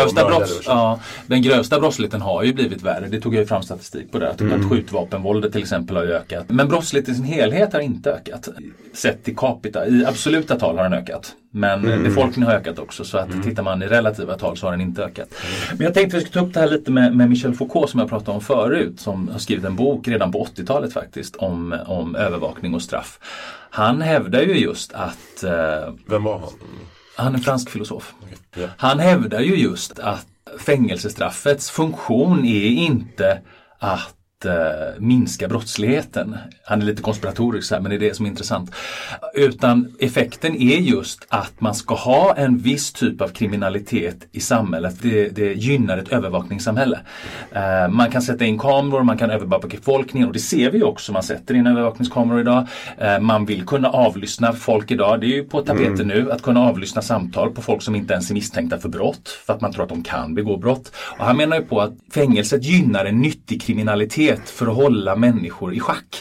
den grövsta brottsligheten har ju blivit värre. Det tog jag ju fram statistik på det. Att skjutvapenvåldet till exempel har ökat. Men brottsligheten i sin helhet har inte ökat. Sett till capita, i absoluta tal har den ökat. Men befolkningen har ökat också, så att tittar man i relativa tal så har den inte ökat. Men jag tänkte att vi ska ta upp det här lite med Michel Foucault som jag pratade om förut, som har skrivit en bok redan på 80-talet faktiskt om övervakning och straff. Han hävdar ju just att... Vem var han? Han är en fransk filosof. Okay. Han hävdar ju just att fängelsestraffets funktion är inte att minska brottsligheten. Han är lite konspiratorisk här, men det är det som är intressant. Utan effekten är just att man ska ha en viss typ av kriminalitet i samhället. Det gynnar ett övervakningssamhälle. Man kan sätta in kameror, man kan övervaka befolkningen, och det ser vi också. Man sätter in övervakningskameror idag. Man vill kunna avlyssna folk idag. Det är ju på tapeten nu att kunna avlyssna samtal på folk som inte ens är misstänkta för brott, för att man tror att de kan begå brott. Och han menar ju på att fängelset gynnar en nyttig kriminalitet för att hålla människor i schack.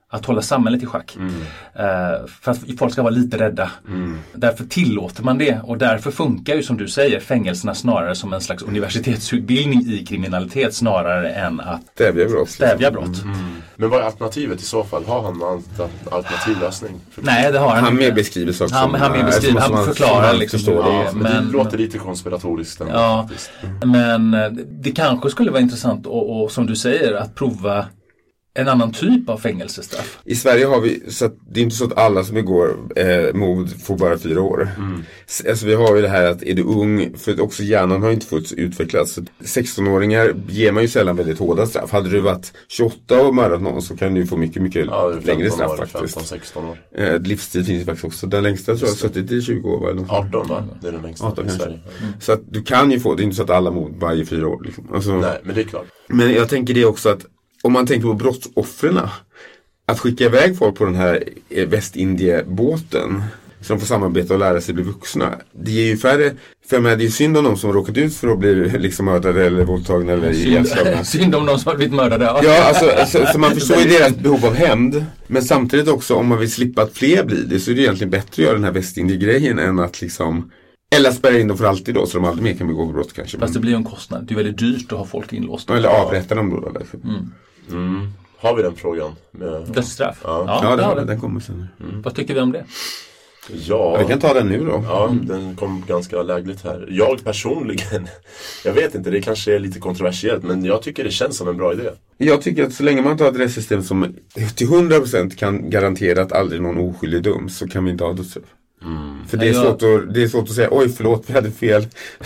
att hålla samhället i schack. För att folk ska vara lite rädda. Därför tillåter man det. Och därför funkar ju, som du säger, fängelserna snarare som en slags universitetsutbildning i kriminalitet snarare än att stävja brott. Men vad är alternativet i så fall? Har han någon alternativ lösning? Nej, det har han. Han mer beskriver saker. Han förklarar liksom hur det är. Men det låter lite konspiratoriskt. Ja, men det kanske skulle vara intressant och som du säger, att prova en annan typ av fängelsestraff. I Sverige har vi, så att det är inte så att alla som begår mord får bara 4 år. Alltså vi har ju det här att är du ung, för att också hjärnan har inte fått utvecklas. 16-åringar ger man ju sällan väldigt hårda straff. Hade du varit 28 och mördat någon så kan du få mycket längre straff faktiskt. 15-16 år. Livstid finns ju faktiskt också. Den längsta tror jag suttit i 20 år. 18 va? Det är den längsta 18 i Sverige. Så att du kan ju få, det är inte så att alla mord varje 4 år. Liksom. Alltså, nej, men det är klart. Men jag tänker det också att om man tänker på brottsoffren, att skicka iväg folk på den här Västindiebåten så de får samarbeta och lära sig bli vuxna. Det ger ju färre, för det är ju synd om de som har råkat ut för att bli liksom mördade eller våldtagna eller ihjälslagna. Synd om de som har blivit mördade. Ja, alltså, så man förstår ju deras behov av hämnd. Men samtidigt också, om man vill slippa att fler blir det, så är det egentligen bättre att göra den här Västindie-grejen än att liksom, eller spärra in dem för alltid då, så de aldrig mer kan begå brott kanske. Fast det blir ju en kostnad. Det är väldigt dyrt att ha folk inlåsta. Eller avrätta dem då. Har vi den frågan? Dödsstraff? Ja, den kommer sen. Vad tycker vi om det? Ja, vi kan ta den nu då. Ja, den kom ganska lägligt här. Jag personligen, jag vet inte, det kanske är lite kontroversiellt, men jag tycker det känns som en bra idé. Jag tycker att så länge man tar ett rättssystem som till 100% kan garantera att aldrig någon oskyldig döms, så kan vi inte ha dödsstraff. För det är svårt att säga, oj förlåt, vi hade fel.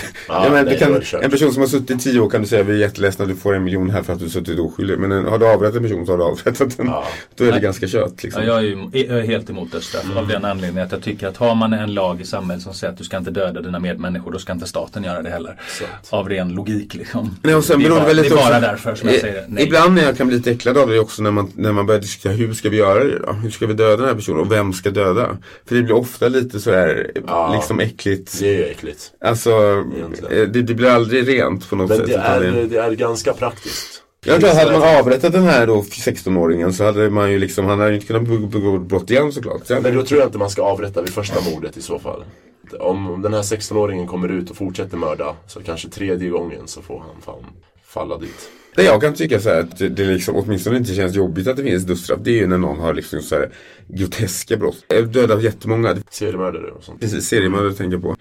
En person som har suttit 10 år kan du säga, vi är jätteledsen att du får 1 miljon här för att du suttit oskyldig. Men har du avrättat en person så har du avrättat den. Då är det ganska kört liksom. Jag är helt emot dödsstraff av den anledningen att jag tycker att har man en lag i samhället som säger att du ska inte döda dina medmänniskor, då ska inte staten göra det heller. Av ren logik liksom. Nej, och sen det är bara också, därför som jag säger nej. Ibland när jag kan bli lite äcklad av det också när man börjar diskutera, hur ska vi göra det då? Hur ska vi döda den här personen och vem ska döda? För det blir ofta lite så här liksom äckligt. Det är äckligt. Alltså, det blir aldrig rent på något sätt. Det är ganska praktiskt. Jag tror att hade man avrättat den här då 16-åringen så hade man ju liksom, han hade ju inte kunnat begå brott igen såklart. Men då tror jag inte man ska avrätta vid första mordet i så fall. Om den här 16-åringen kommer ut och fortsätter mörda, så kanske 3:e gången så får han fan falla dit. Det jag kan tycka så här, att det liksom åtminstone inte känns jobbigt att det finns dödsstraff, det är ju när någon har liksom så här groteska brott. Dödat jättemånga. Seriemördare och sånt. Precis, seriemördare tänker jag på.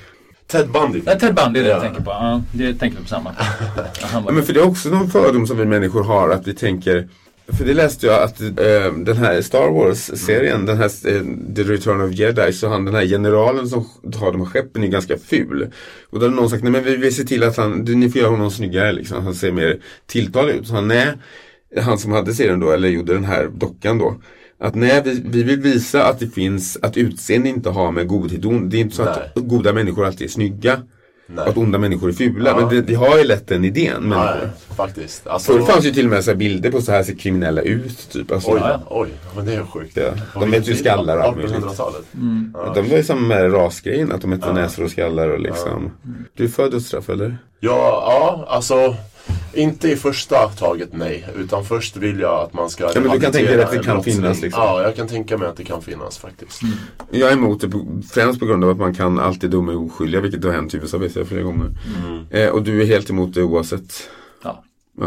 Ted Bundy. Ted Bundy är det jag tänker på. Ja, det tänker du på samma. Men för det är också någon fördom som vi människor har, att vi tänker, för det läste jag att den här Star Wars-serien, den här The Return of Jedi, så den här generalen som har de här skeppen är ganska ful. Och då hade någon sagt, nej men vi vill se till att ni får göra honom snyggare liksom, han ser mer tilltalad ut. Så han som hade serien då, eller gjorde den här dockan då, att nej, vi vill visa att det finns, att utseende inte har med godhet. Det är inte så att goda människor alltid är snygga. Nej. Att onda människor är fula. Men det har ju lätt den idén. Nej, faktiskt. Alltså, det fanns ju till och med så här bilder på så här ser kriminella ut. Typ. Alltså, oj, men det är sjukt. Ja. De heter ju skallar. 1800-talet. De var ju samma med rasgrejen. Att de heter näsor och skallar. Och liksom. Du är för dödsstraff, eller? Ja, alltså... Inte i första taget, nej. Utan först vill jag att man ska... Ja, men du kan tänka dig att det kan finnas liksom. Ja, jag kan tänka mig att det kan finnas faktiskt. Jag är emot det främst på grund av att man kan alltid döma oskyldiga, vilket har hänt i USA, vet jag, flera gånger. Och du är helt emot det oavsett. Ja.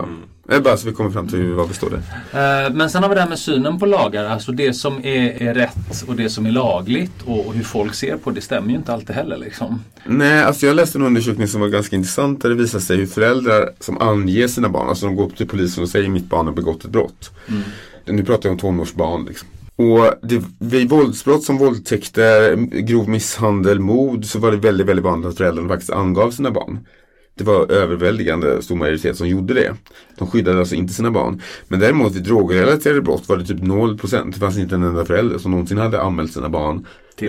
Bara så vi kommer fram till vad vi står där. Men sen har vi det här med synen på lagar. Alltså det som är rätt och det som är lagligt och hur folk ser på det stämmer ju inte alltid heller liksom. Nej, alltså jag läste en undersökning som var ganska intressant där det visar sig hur föräldrar som anger sina barn, alltså de går upp till polisen och säger mitt barn har begått ett brott. Nu pratar jag om tonårsbarn liksom. Och vid våldsbrott som våldtäkter, grov misshandel, mord, så var det väldigt, väldigt vanligt att föräldrarna faktiskt angav sina barn. Det var överväldigande stor majoritet som gjorde det. De skyddade alltså inte sina barn. Men däremot vid drogrelaterade brott var det typ 0%. Det fanns inte en enda förälder som någonsin hade anmält sina barn.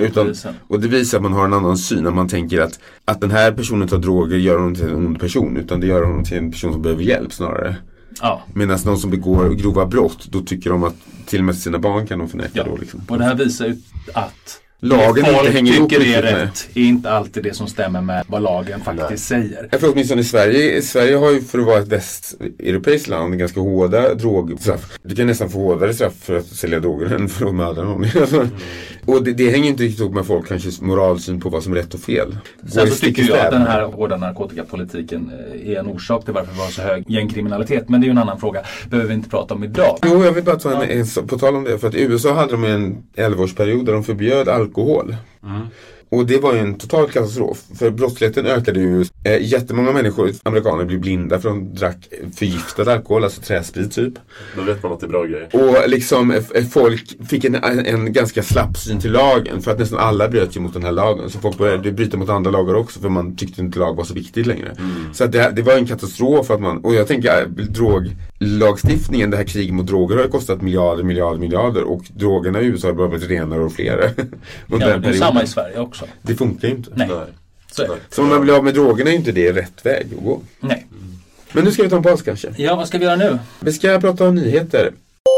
Och det visar att man har en annan syn. När man tänker att den här personen tar droger gör honom till en ond person. Utan det gör honom till en person som behöver hjälp snarare. Ja. Medan någon som begår grova brott, då tycker de att till och med sina barn kan de förneka då liksom. Och det här visar ju att lagen inte hänger ihop tycker det är med. rätt är inte alltid det som stämmer med vad lagen faktiskt säger. Jag tror åtminstone i Sverige har ju, för att vara ett västeuropeiskt land, ganska hårda drogstraff. Du kan nästan få hårdare straff för att sälja droger än för att mörda någon. Och det hänger inte riktigt ihop med folk kanske moralsyn på vad som är rätt och fel. Sen så tycker jag att den här hårda narkotikapolitiken är en orsak till varför vi har så hög gängkriminalitet. Men det är ju en annan fråga. Behöver vi inte prata om idag. Jo, jag vill bara ta på tal om det. För att i USA hade de en 11-årsperiod där de förbjöd alkohol. Och det var ju en total katastrof. För brottsligheten ökade ju. Jättemånga människor, amerikaner, blev blinda för de drack förgiftad alkohol, alltså träsprit typ. Då vet man att det är bra grejer. Och liksom folk fick en ganska slapp syn till lagen. För att nästan alla bröt ju mot den här lagen. Så folk började bryta mot andra lagar också. För man tyckte inte lag var så viktigt längre. Så att det var en katastrof. Och jag tänker droglagstiftningen, det här kriget mot droger har ju kostat miljarder. Och drogerna i USA har bara blivit renare och fler. Ja, det är samma i Sverige också. Det funkar ju inte. Nej. Så om man blir av med drogerna är inte det rätt väg att gå. Nej. Men nu ska vi ta en paus kanske. Ja, vad ska vi göra nu? Vi ska prata om nyheter.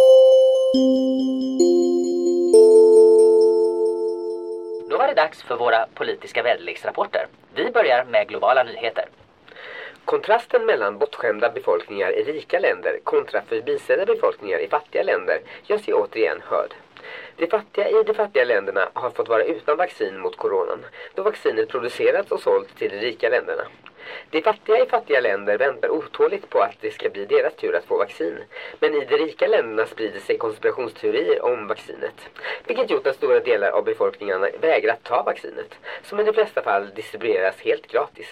Då var det dags för våra politiska väderleksrapporter. Vi börjar med globala nyheter. Kontrasten mellan bortskämda befolkningar i rika länder kontra förbisedda befolkningar i fattiga länder gör sig återigen hörd. De fattiga i de fattiga länderna har fått vara utan vaccin mot coronan, då vaccinet producerats och sålts till de rika länderna. De fattiga i fattiga länder väntar otåligt på att det ska bli deras tur att få vaccin. Men i de rika länderna sprider sig konspirationsteorier om vaccinet, vilket gjort att stora delar av befolkningarna vägrat ta vaccinet, som i de flesta fall distribueras helt gratis.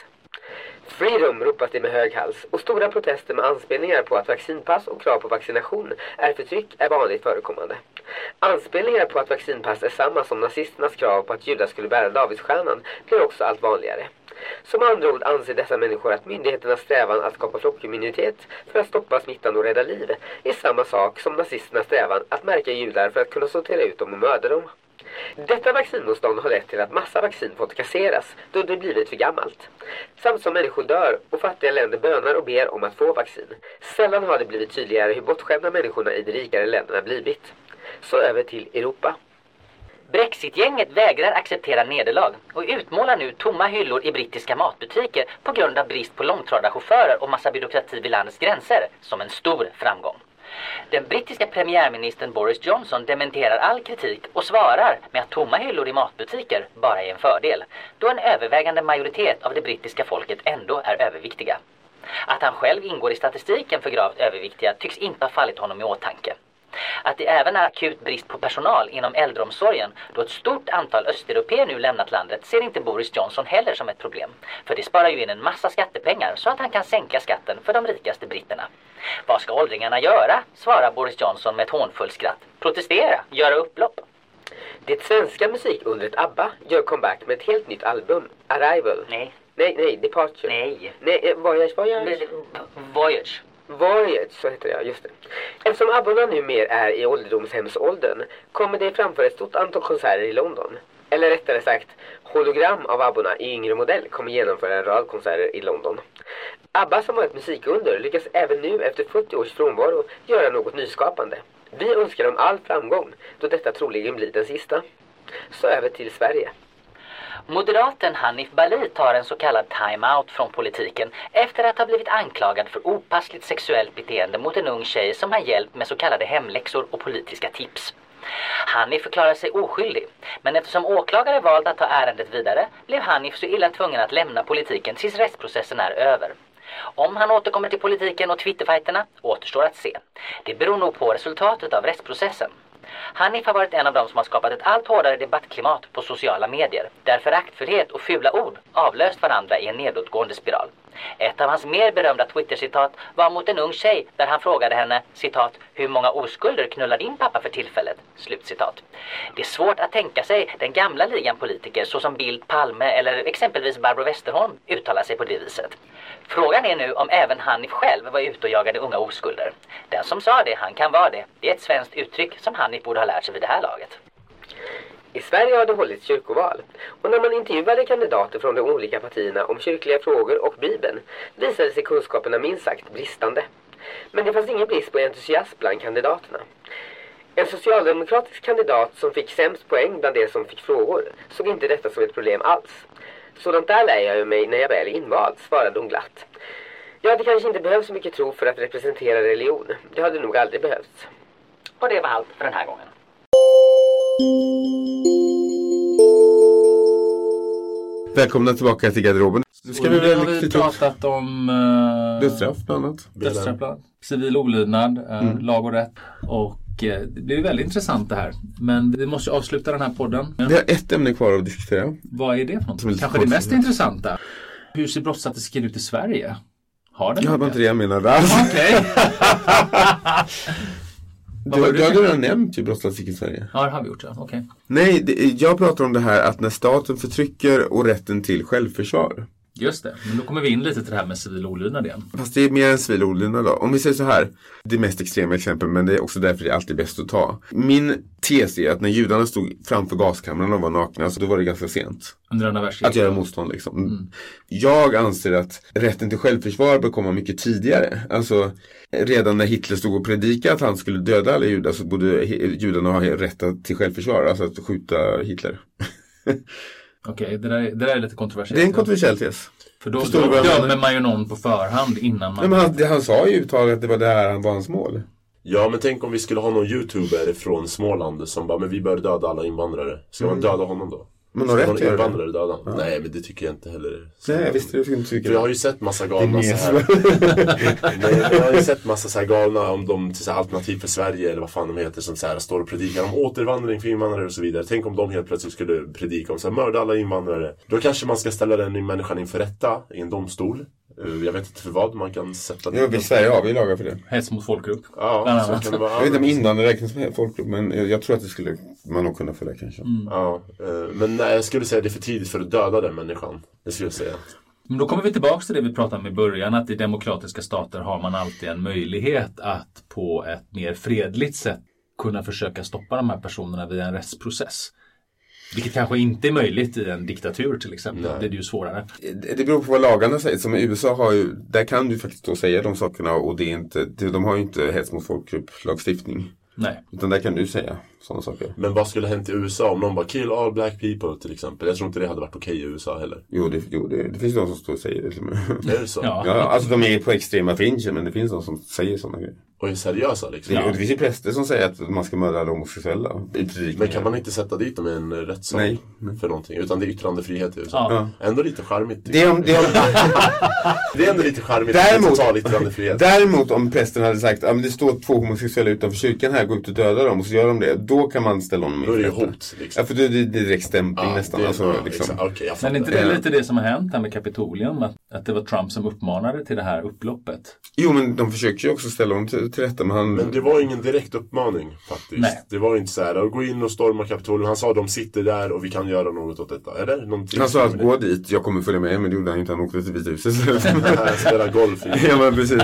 Freedom ropas det med hög hals, och stora protester med anspelningar på att vaccinpass och krav på vaccination är förtryck är vanligt förekommande. Anspelningar på att vaccinpass är samma som nazisternas krav på att judar skulle bära Davidsstjärnan blir också allt vanligare. Som andra ord anser dessa människor att myndigheternas strävan att skapa flockimmunitet för att stoppa smittan och rädda liv är samma sak som nazisternas strävan att märka judar för att kunna sortera ut dem och mörda dem. Detta vaccinmotstånd har lett till att massa vaccin fått kasseras då det blivit för gammalt. Samt som människor dör och fattiga länder bönar och ber om att få vaccin. Sällan har det blivit tydligare hur bortskämda människorna i de rikare länderna blivit. Så över till Europa. Brexit-gänget vägrar acceptera nederlag och utmålar nu tomma hyllor i brittiska matbutiker på grund av brist på långtradarchaufförer och massa byråkrati vid landets gränser som en stor framgång. Den brittiska premiärministern Boris Johnson dementerar all kritik och svarar med att tomma hyllor i matbutiker bara är en fördel, då en övervägande majoritet av det brittiska folket ändå är överviktiga. Att han själv ingår i statistiken för gravt överviktiga tycks inte ha fallit honom i åtanke. Att det även är akut brist på personal inom äldreomsorgen då ett stort antal östeuropeer nu lämnat landet ser inte Boris Johnson heller som ett problem. För det sparar ju in en massa skattepengar så att han kan sänka skatten för de rikaste britterna. Vad ska åldringarna göra? Svarar Boris Johnson med ett hånfullt skratt. Protestera, göra upplopp. Det svenska musikundret ABBA gör comeback med ett helt nytt album, Arrival. Nej, Departure. Nej, Voyage, så heter det, just det. Eftersom ABBA nu mer är i ålderdomshemsåldern kommer det framföra ett stort antal konserter i London. Eller rättare sagt, hologram av ABBA i yngre modell kommer genomföra en rad konserter i London. ABBA som var ett musikunder lyckas även nu efter 40 års frånvaro göra något nyskapande. Vi önskar dem all framgång då detta troligen blir den sista. Så över till Sverige. Moderaten Hanif Bali tar en så kallad time-out från politiken efter att ha blivit anklagad för opassligt sexuellt beteende mot en ung tjej som har hjälpt med så kallade hemläxor och politiska tips. Hanif förklarar sig oskyldig, men eftersom åklagare valt att ta ärendet vidare blev Hanif så illa tvungen att lämna politiken tills rättsprocessen är över. Om han återkommer till politiken och Twitterfighterna återstår att se. Det beror nog på resultatet av rättsprocessen. Hanif har varit en av dem som har skapat ett allt hårdare debattklimat på sociala medier, där föraktfullhet och fula ord avlöst varandra i en nedåtgående spiral. Ett av hans mer berömda Twitter-citat var mot en ung tjej där han frågade henne, citat, hur många oskulder knullar din pappa för tillfället? Slutcitat. Det är svårt att tänka sig den gamla ligan politiker såsom Bildt, Palme eller exempelvis Barbro Westerholm uttalar sig på det viset. Frågan är nu om även Hanif själv var ute och jagade unga oskulder. Den som sa det, han kan vara det. Det är ett svenskt uttryck som Hanif borde ha lärt sig vid det här laget. I Sverige har det hållits kyrkoval och när man intervjuade kandidater från de olika partierna om kyrkliga frågor och Bibeln visade sig kunskaperna minst sagt bristande. Men det fanns ingen brist på entusiasm bland kandidaterna. En socialdemokratisk kandidat som fick sämst poäng bland de som fick frågor såg inte detta som ett problem alls. Sådant där lär jag mig när jag väl är invald, svarade hon glatt. Ja, det kanske inte behövs så mycket tro för att representera religion. Det hade nog aldrig behövts. Och det var allt för den här gången. Välkomna tillbaka till garderoben. Nu ska vi har vi pratat om dödsstraff bland annat. Dödsstraff bland annat. Civil olydnad, lag och rätt. Och det blir väldigt intressant det här. Men vi måste avsluta den här podden. Vi har ett ämne kvar att diskutera. Vad är det för något? Kanske det mest intressanta. Hur ser brottsstatistiken ut i Sverige? Har den? Jag har inte det jag menar där. Okej. Du har redan nämnt ju brottsstatistiken i Sverige. Ja, det har vi gjort. Ja. Okej. Nej, jag pratar om det här att när staten förtrycker och rätten till självförsvar. Just det, men då kommer vi in lite till det här med civil olydnad igen. Fast det är mer än civil olydnad då. Om vi säger så här, det är mest extrema exempel, men det är också därför det är alltid bäst att ta. Min tes är att när judarna stod framför gaskammaren och var nakna, så då var det ganska sent. Under andra världskriget. Att göra motstånd liksom. Jag anser att rätten till självförsvar bör komma mycket tidigare. Alltså, redan när Hitler stod och predikade att han skulle döda alla judar, så borde judarna ha rätt till självförsvar, alltså att skjuta Hitler. Okej, det där är lite kontroversiellt. Det är en kontroversiell tes. För då dömer man ju någon på förhand innan man... Nej, men han sa ju uttaget att det var det här var hans mål. Ja, men tänk om vi skulle ha någon YouTuber från Småland som bara, men vi bör döda alla invandrare. Ska man döda honom då? Men har rätt någon att göra invandrare döda? Ja. Nej, men det tycker jag inte heller. Nej, visst, jag inte tycker för jag har ju sett massa galna så här. Nej, jag har ju sett massa så här galna om de till så här, alternativ för Sverige eller vad fan de heter, som så här står och predikar om återvandring för invandrare och så vidare. Tänk om de helt plötsligt skulle predika om så här, mörda alla invandrare. Då kanske man ska ställa den människan inför rätta i en domstol. Jag vet inte för vad man kan sätta det. Ja, i Sverige har vi lagar för det. Hets mot folkgrupp. Ja, så kan det vara. Jag vet inte om invandrare räknas som folkgrupp, men jag tror att det skulle man nog kunna för det kanske. Ja, men nej, jag skulle säga att det är för tidigt för att döda den människan. Det skulle jag säga. Men då kommer vi tillbaka till det vi pratade om i början, att i demokratiska stater har man alltid en möjlighet att på ett mer fredligt sätt kunna försöka stoppa de här personerna via en rättsprocess. Vilket kanske inte är möjligt i en diktatur till exempel. Nej. Det är ju svårare. Det beror på vad lagarna säger. Som i USA har ju, där kan du faktiskt då säga de sakerna, och det är inte, de har ju inte hets mot folkgrupp lagstiftning. Nej. Utan där kan du säga sådana saker. Men vad skulle hänt i USA om någon bara kill all black people till exempel? Jag tror inte det hade varit okej i USA heller. Jo, det finns de som står och säger det. Är det så? Ja, alltså de är på extrema fringe, men det finns de som säger sådana grejer. Och är seriösa liksom. Och det finns ju präster som säger att man ska mörda homosexuella. Men kan man inte sätta dit dem i en rättssak för någonting? Utan det är yttrandefrihet i USA. Ja. Ändå lite charmigt. Det är ändå lite charmigt däremot, att ta yttrandefrihet. Däremot om prästen hade sagt att det står 2 homosexuella utanför kyrkan här, gå ut och döda dem, och så gör de det. Då kan man ställa honom i. Då är det ju hot. Liksom. Ja, för det är direkt stämpling nästan. Liksom. Okay, men inte det lite det som har hänt här med Kapitolium? Att det var Trump som uppmanade till det här upploppet? Jo, men de försöker ju också ställa honom till rätta. Men det var ingen direkt uppmaning faktiskt. Nej. Det var inte så här, gå in och storma Kapitolium. Han sa de sitter där och vi kan göra något åt detta. Är det någonting? Han sa att gå dit, jag kommer följa med, men det gjorde han inte. Han åkte till Vita huset. Spela golf. Ja, men precis.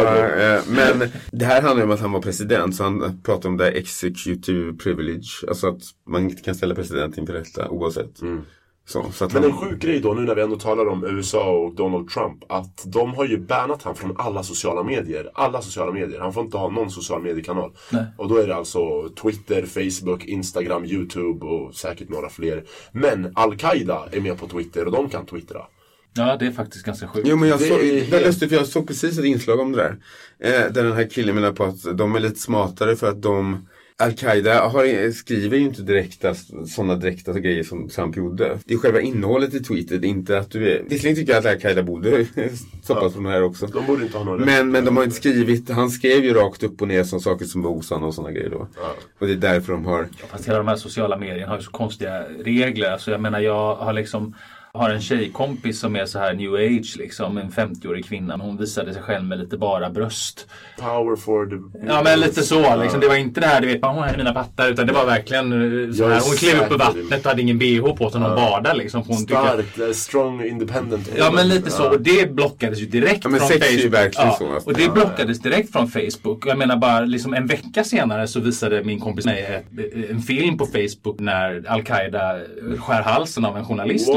Men det här handlar om att han var president, så han pratade om det här executive privilege. Alltså att man inte kan ställa presidenten inför rätta oavsett. Så att men en sjuk grej då, nu när vi ändå talar om USA och Donald Trump, att de har ju bannat han från alla sociala medier. Alla sociala medier. Han får inte ha någon social mediekanal. Nej. Och då är det alltså Twitter, Facebook, Instagram, YouTube och säkert några fler. Men Al-Qaida är med på Twitter och de kan twittra. Ja, det är faktiskt ganska sjukt. Jo, men jag såg precis ett inslag om det där. Där den här killen menar på att de är lite smartare för att Al-Qaida skriver ju inte sådana direkta grejer som Trump gjorde. Det är själva innehållet i tweetet, inte att du är... Visserligen tycker jag att Al-Qaida borde stoppas från det här också. De borde inte ha någon rätt. Men de har inte skrivit, han skrev ju rakt upp och ner som saker som var osanna och sådana grejer då. Ja. Och det är därför de har... Ja, fast hela de här sociala medierna har ju så konstiga regler. Alltså jag menar, jag har en tjejkompis som är så här new age liksom, en 50-årig kvinna. Hon visade sig själv med lite bara bröst. Power for the... Ja, men lite så liksom. Det var inte det här, du vet, hon hade mina pattar, utan det var verkligen så här. Hon klev upp i vattnet och hade ingen BH på sig, hon badade liksom. Stark, strong, independent. Ja, men lite så. Och det blockades ju direkt från Facebook. Så, och det blockades direkt från Facebook. Jag menar bara liksom en vecka senare så visade min kompis mig en film på Facebook när Al-Qaida skär halsen av en journalist liksom.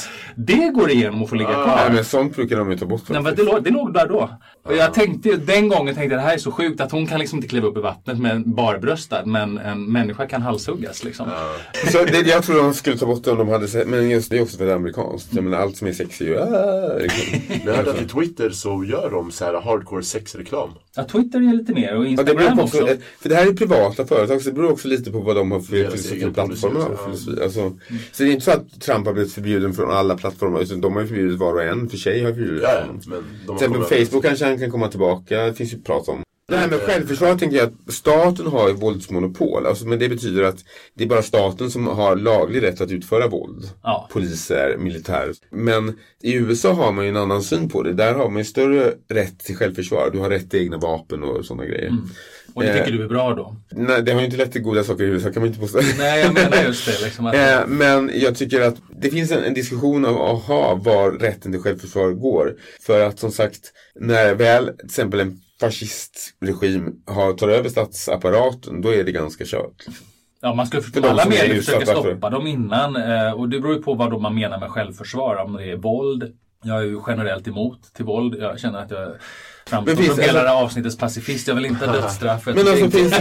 Det går igenom och får ligga kvar. Nej, men sånt brukar de ju ta bort. Nej, men det låg där då. Och jag tänkte, den gången tänkte jag det här är så sjukt att hon kan liksom inte kliva upp i vattnet med en barbröstad, men en människa kan halshuggas liksom. Så jag tror de skulle ta bort det om de hade sett, men just det är också väldigt amerikanskt. Jag menar, allt som är sexy liksom. Men jag hörde att i Twitter så gör de så här hardcore sexreklam. Ja, Twitter är lite mer och Instagram det beror på också. För det här är privata företag, så det beror också lite på vad de har för plattformar. Alltså, så det är inte så att Trump har blivit förbjuden från alla plattformar, utan de har ju förbjudit var och en. För sig har förbjudit men till exempel Facebook kanske han kan komma tillbaka. Det finns ju prat om. Det här med självförsvar tänker jag att staten har ju våldsmonopol. Alltså, men det betyder att det är bara staten som har laglig rätt att utföra våld. Ja. Poliser, militär. Men i USA har man ju en annan syn på det. Där har man ju större rätt till självförsvar. Du har rätt till egna vapen och sådana grejer. Och det tycker du är bra då? Nej, det har ju inte lett till goda saker i USA, kan man inte påstå. Nej, jag menar just det. Liksom att... Men jag tycker att det finns en diskussion av var rätten till självförsvar går. För att som sagt, när väl till exempel en fascistregim tar över statsapparaten, då är det ganska kört. Ja, man ska för alla medier försöka stoppa dem innan. Och det beror ju på vad man menar med självförsvar. Om det är våld. Jag är ju generellt emot till våld. Jag känner att jag framstår som hela det här avsnittets pacifist. Jag vill inte ha dödsstraffet. Men alltså finns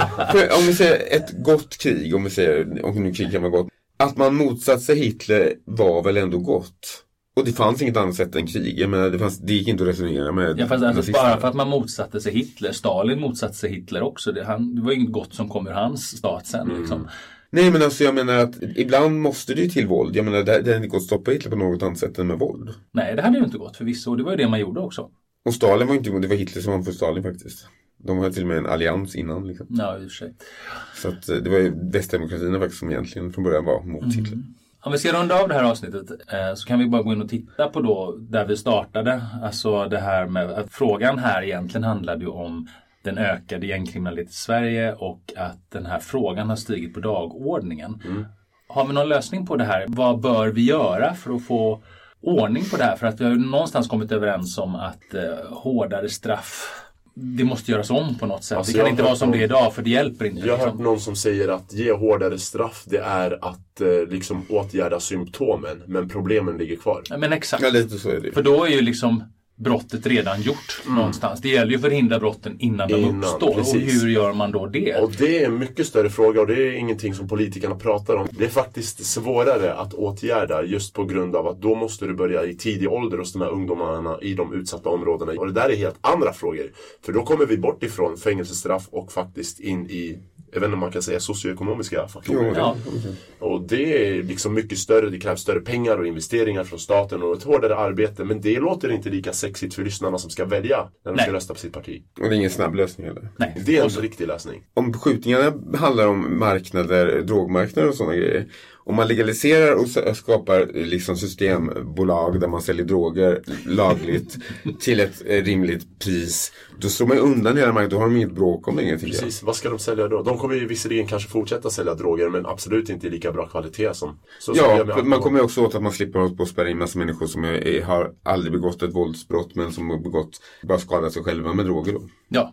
om vi säger ett gott krig, om nu krig kan vara gott. Att man motsatt sig Hitler var väl ändå gott. Och det fanns inget annat sätt än krig. Jag menar, det gick inte att resonera med. Ja, fast alltså, bara för att man motsatte sig Hitler. Stalin motsatte sig Hitler också. Det var inget gott som kom ur hans stat sen. Liksom. Nej, men alltså jag menar att ibland måste det ju till våld. Jag menar, det hade inte gått att stoppa Hitler på något annat sätt än med våld. Nej, det hade ju inte gått förvisso. Det var ju det man gjorde också. Och Stalin var inte, det var Hitler som var för Stalin faktiskt. De hade till och med en allians innan liksom. Ja, i och för sig. Så att det var ju västdemokratierna faktiskt som egentligen från början var mot Hitler. Om vi ska runda av det här avsnittet så kan vi bara gå in och titta på då där vi startade. Alltså det här med att frågan här egentligen handlade ju om den ökade gängkriminalitet i Sverige och att den här frågan har stigit på dagordningen. Har vi någon lösning på det här? Vad bör vi göra för att få ordning på det här? För att vi har ju någonstans kommit överens om att hårdare straff, det måste göras om på något sätt. Alltså, det kan inte vara som det är idag, för det hjälper inte. Jag har hört någon som säger att ge hårdare straff, det är att liksom åtgärda symptomen, men problemen ligger kvar. Ja, men exakt. Ja, lite så är det. För då är ju liksom brottet redan gjort någonstans. Det gäller ju att förhindra brotten innan de uppstår. Precis. Och hur gör man då det? Och det är en mycket större fråga, och det är ingenting som politikerna pratar om. Det är faktiskt svårare att åtgärda just på grund av att då måste du börja i tidig ålder hos de här ungdomarna i de utsatta områdena. Och det där är helt andra frågor. För då kommer vi bort ifrån fängelsestraff och faktiskt in i, jag vet inte om man kan säga, socioekonomiska faktorer. Ja. Och det är liksom mycket större, det krävs större pengar och investeringar från staten och ett hårdare arbete. Men det låter inte lika sexigt för lyssnarna som ska välja när de ska rösta på sitt parti. Och det är ingen snabb lösning heller. Nej. Det är en riktig lösning. Om skjutningarna handlar om marknader, drogmarknader och sådana grejer. Om man legaliserar och skapar liksom systembolag där man säljer droger lagligt till ett rimligt pris, då slår man undan hela marknaden. Då har de inget bråk om det. Precis, vad ska de sälja då? De kommer ju visserligen kanske fortsätta sälja droger, men absolut inte i lika bra kvalitet som man kommer också åt att man slipper hålla på att spärra in massa människor som har aldrig begått ett våldsbrott, men som har bara skadat sig själva med droger då.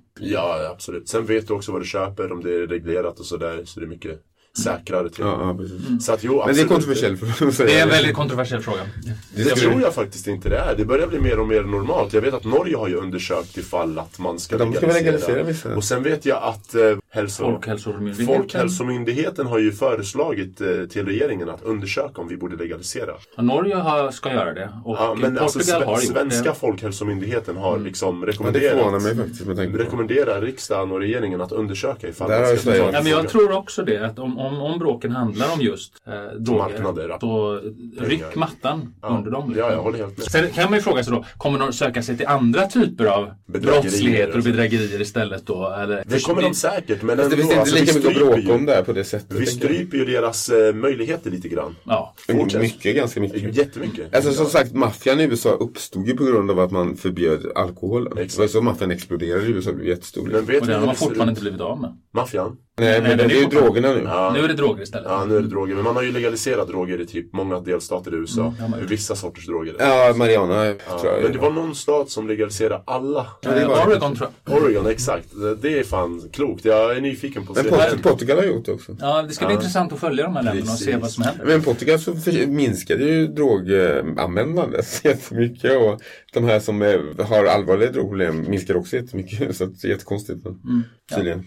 Ja, absolut. Sen vet du också vad du köper, om det är reglerat och sådär, så det är mycket säkrare till. Ja, precis. Så att, jo, men det är kontroversiellt för att säga. Det är en väldigt kontroversiell fråga. Det tror jag faktiskt inte det är. Det börjar bli mer och mer normalt. Jag vet att Norge har ju undersökt ifall att man ska legalisera vissa. Och sen vet jag att Folkhälsomyndigheten har ju föreslagit till regeringen att undersöka om vi borde legalisera. Ja, Norge ska göra det. Och men Portugal har svenska Folkhälsomyndigheten har liksom rekommenderar riksdagen och regeringen att undersöka ifall det ska ja, men jag tror också det, att om bråken handlar om just droger, så ryck mattan under dem. Ja, jag håller helt med. Sen kan man ju fråga sig då, kommer de söka sig till andra typer av brottsligheter och bedrägerier istället då? Eller? Det kommer de säkert, men ändå, det finns inte lika mycket bråk om det här på det sättet. Vi stryper ju deras möjligheter lite grann. Ja. Ganska mycket. Jättemycket. Alltså som sagt, maffian i USA uppstod ju på grund av att man förbjöd alkohol. Det var så maffian exploderade i USA, blev jättestor. Och den har man fortfarande inte blivit av med. Maffian? Nej, men det är ju drogerna nu. Ja. Nu är det droger istället. Ja, nu är det droger. Men man har ju legaliserat droger i typ många delstater i USA. Vissa sorters droger. Ja, Mariana tror jag. Men det var någon stat som legaliserade alla. Oregon tror jag. Oregon, exakt. Det är fan klokt. Jag är nyfiken på att se Men Portugal har gjort det också. Ja, det ska bli intressant att följa de här länderna och se vad som händer. Men Portugal så minskade ju droganvändandet jättemycket. Och de här som har allvarliga drogproblem minskar också jättemycket. Så det är jättekonstigt. Tydligen.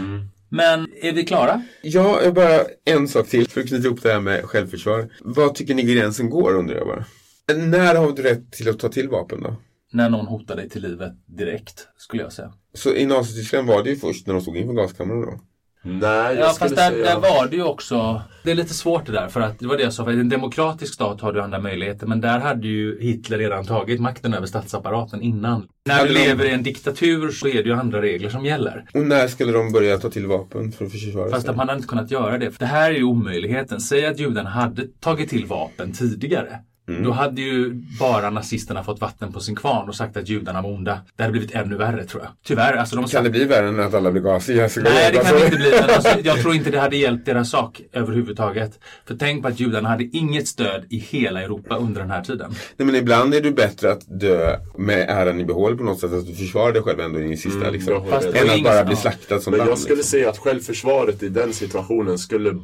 Men är vi klara? Ja, bara en sak till för att knyta ihop det här med självförsvar. Vad tycker ni gränsen går, undrar jag bara? När har du rätt till att ta till vapen då? När någon hotar dig till livet direkt, skulle jag säga. Så i Nazityskland var det ju först när de stod in på gaskammaren då? Nej, ja, fast där var det ju också. Det är lite svårt det där, för att det var det jag sa, för i en demokratisk stat har du andra möjligheter, men där hade ju Hitler redan tagit makten över statsapparaten innan. När du lever i en diktatur så är det ju andra regler som gäller. Och när skulle de börja ta till vapen för att försvara sig? Fast att man hade inte kunnat göra det. För det här är ju omöjligheten. Säg att judarna hade tagit till vapen tidigare. Då hade ju bara nazisterna fått vatten på sin kvarn och sagt att judarna var onda. Det hade blivit ännu värre, tror jag. Tyvärr. Alltså, kan det bli värre än att alla blir gasiga? Nej, det kan det inte bli. Alltså, jag tror inte det hade hjälpt deras sak överhuvudtaget. För tänk på att judarna hade inget stöd i hela Europa under den här tiden. Nej, men ibland är det bättre att dö med äran i behåll på något sätt. Att du försvarar dig själv ändå i din sista. Liksom. Än att bara bli slaktad som men land. Jag skulle liksom säga att självförsvaret i den situationen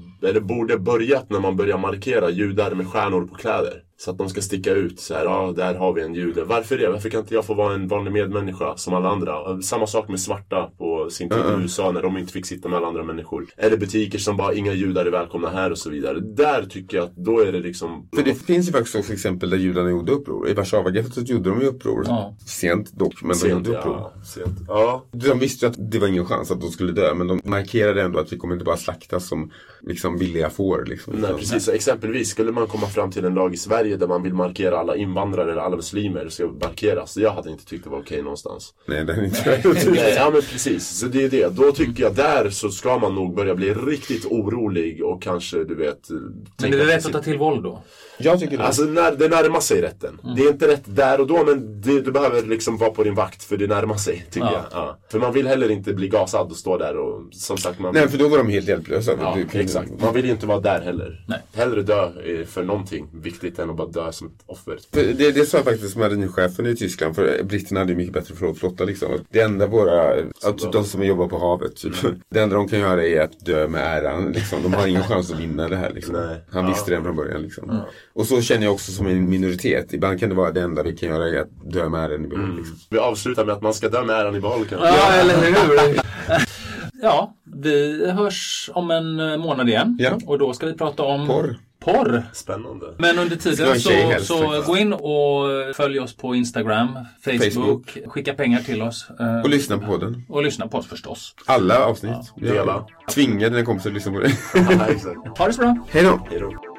borde börjat när man börjar markera judar med stjärnor på kläder. Så att de ska sticka ut så här, ja, där har vi en jude. Varför det? Varför kan inte jag få vara en vanlig medmänniska som alla andra? Samma sak med svarta på sin tid i USA när de inte fick sitta med alla andra människor. Eller butiker som bara, inga judar är välkomna här och så vidare. Där tycker jag att då är det liksom... För det finns ju faktiskt också exempel där judarna gjorde uppror. I Warszawa-gettot gjorde de ju uppror. Ja. Sent dock, men de gjorde uppror. Sent. Ja. De visste ju att det var ingen chans att de skulle dö, men de markerade ändå att vi kommer inte bara slaktas som liksom billiga får. Liksom. Nej, precis. Så exempelvis skulle man komma fram till en lag i Sverige där man vill markera alla invandrare eller alla muslimer ska markeras. Jag hade inte tyckt det var okej någonstans. Nej, det är inte. Nej, ja men precis. Så det är det. Då tycker jag där så ska man nog börja bli riktigt orolig och kanske, du vet... Men är det rätt att ta till våld då? Jag tycker det. Alltså det närmar sig rätten. Det är inte rätt där och då, men du behöver liksom vara på din vakt för det närmar sig, tycker jag. Ja. För man vill heller inte bli gasad och stå där och som sagt... Nej, för då var de helt hjälplösa. Ja, exakt. Man vill ju inte vara där heller. Nej. Hellre dö för någonting viktigt än att bara dö som ett offer. Det sa faktiskt marinchefen i Tyskland, för britterna hade mycket bättre flotta liksom. Det enda de som jobbar på havet typ. Det enda de kan göra är att dö med äran liksom. De har ingen chans att vinna det här liksom. Nej. Han visste det från början liksom. Ja. Och så känner jag också som en minoritet. Ibland kan det vara det enda vi kan göra är att dö med äran i behåll liksom. Vi avslutar med att man ska dö med äran i behåll kanske. Ja, eller hur? Ja, vi hörs om en månad igen. Ja. Och då ska vi prata om porr. Spännande. Men under tiden så gå in och följ oss på Instagram, Facebook. Skicka pengar till oss. Och lyssna på podden. Och lyssna på oss förstås. Alla avsnitt. Ja. Dela. Tvinga dina kompisar att lyssna på det. Ja, exakt. Ha det så bra. Hej då. Hej då.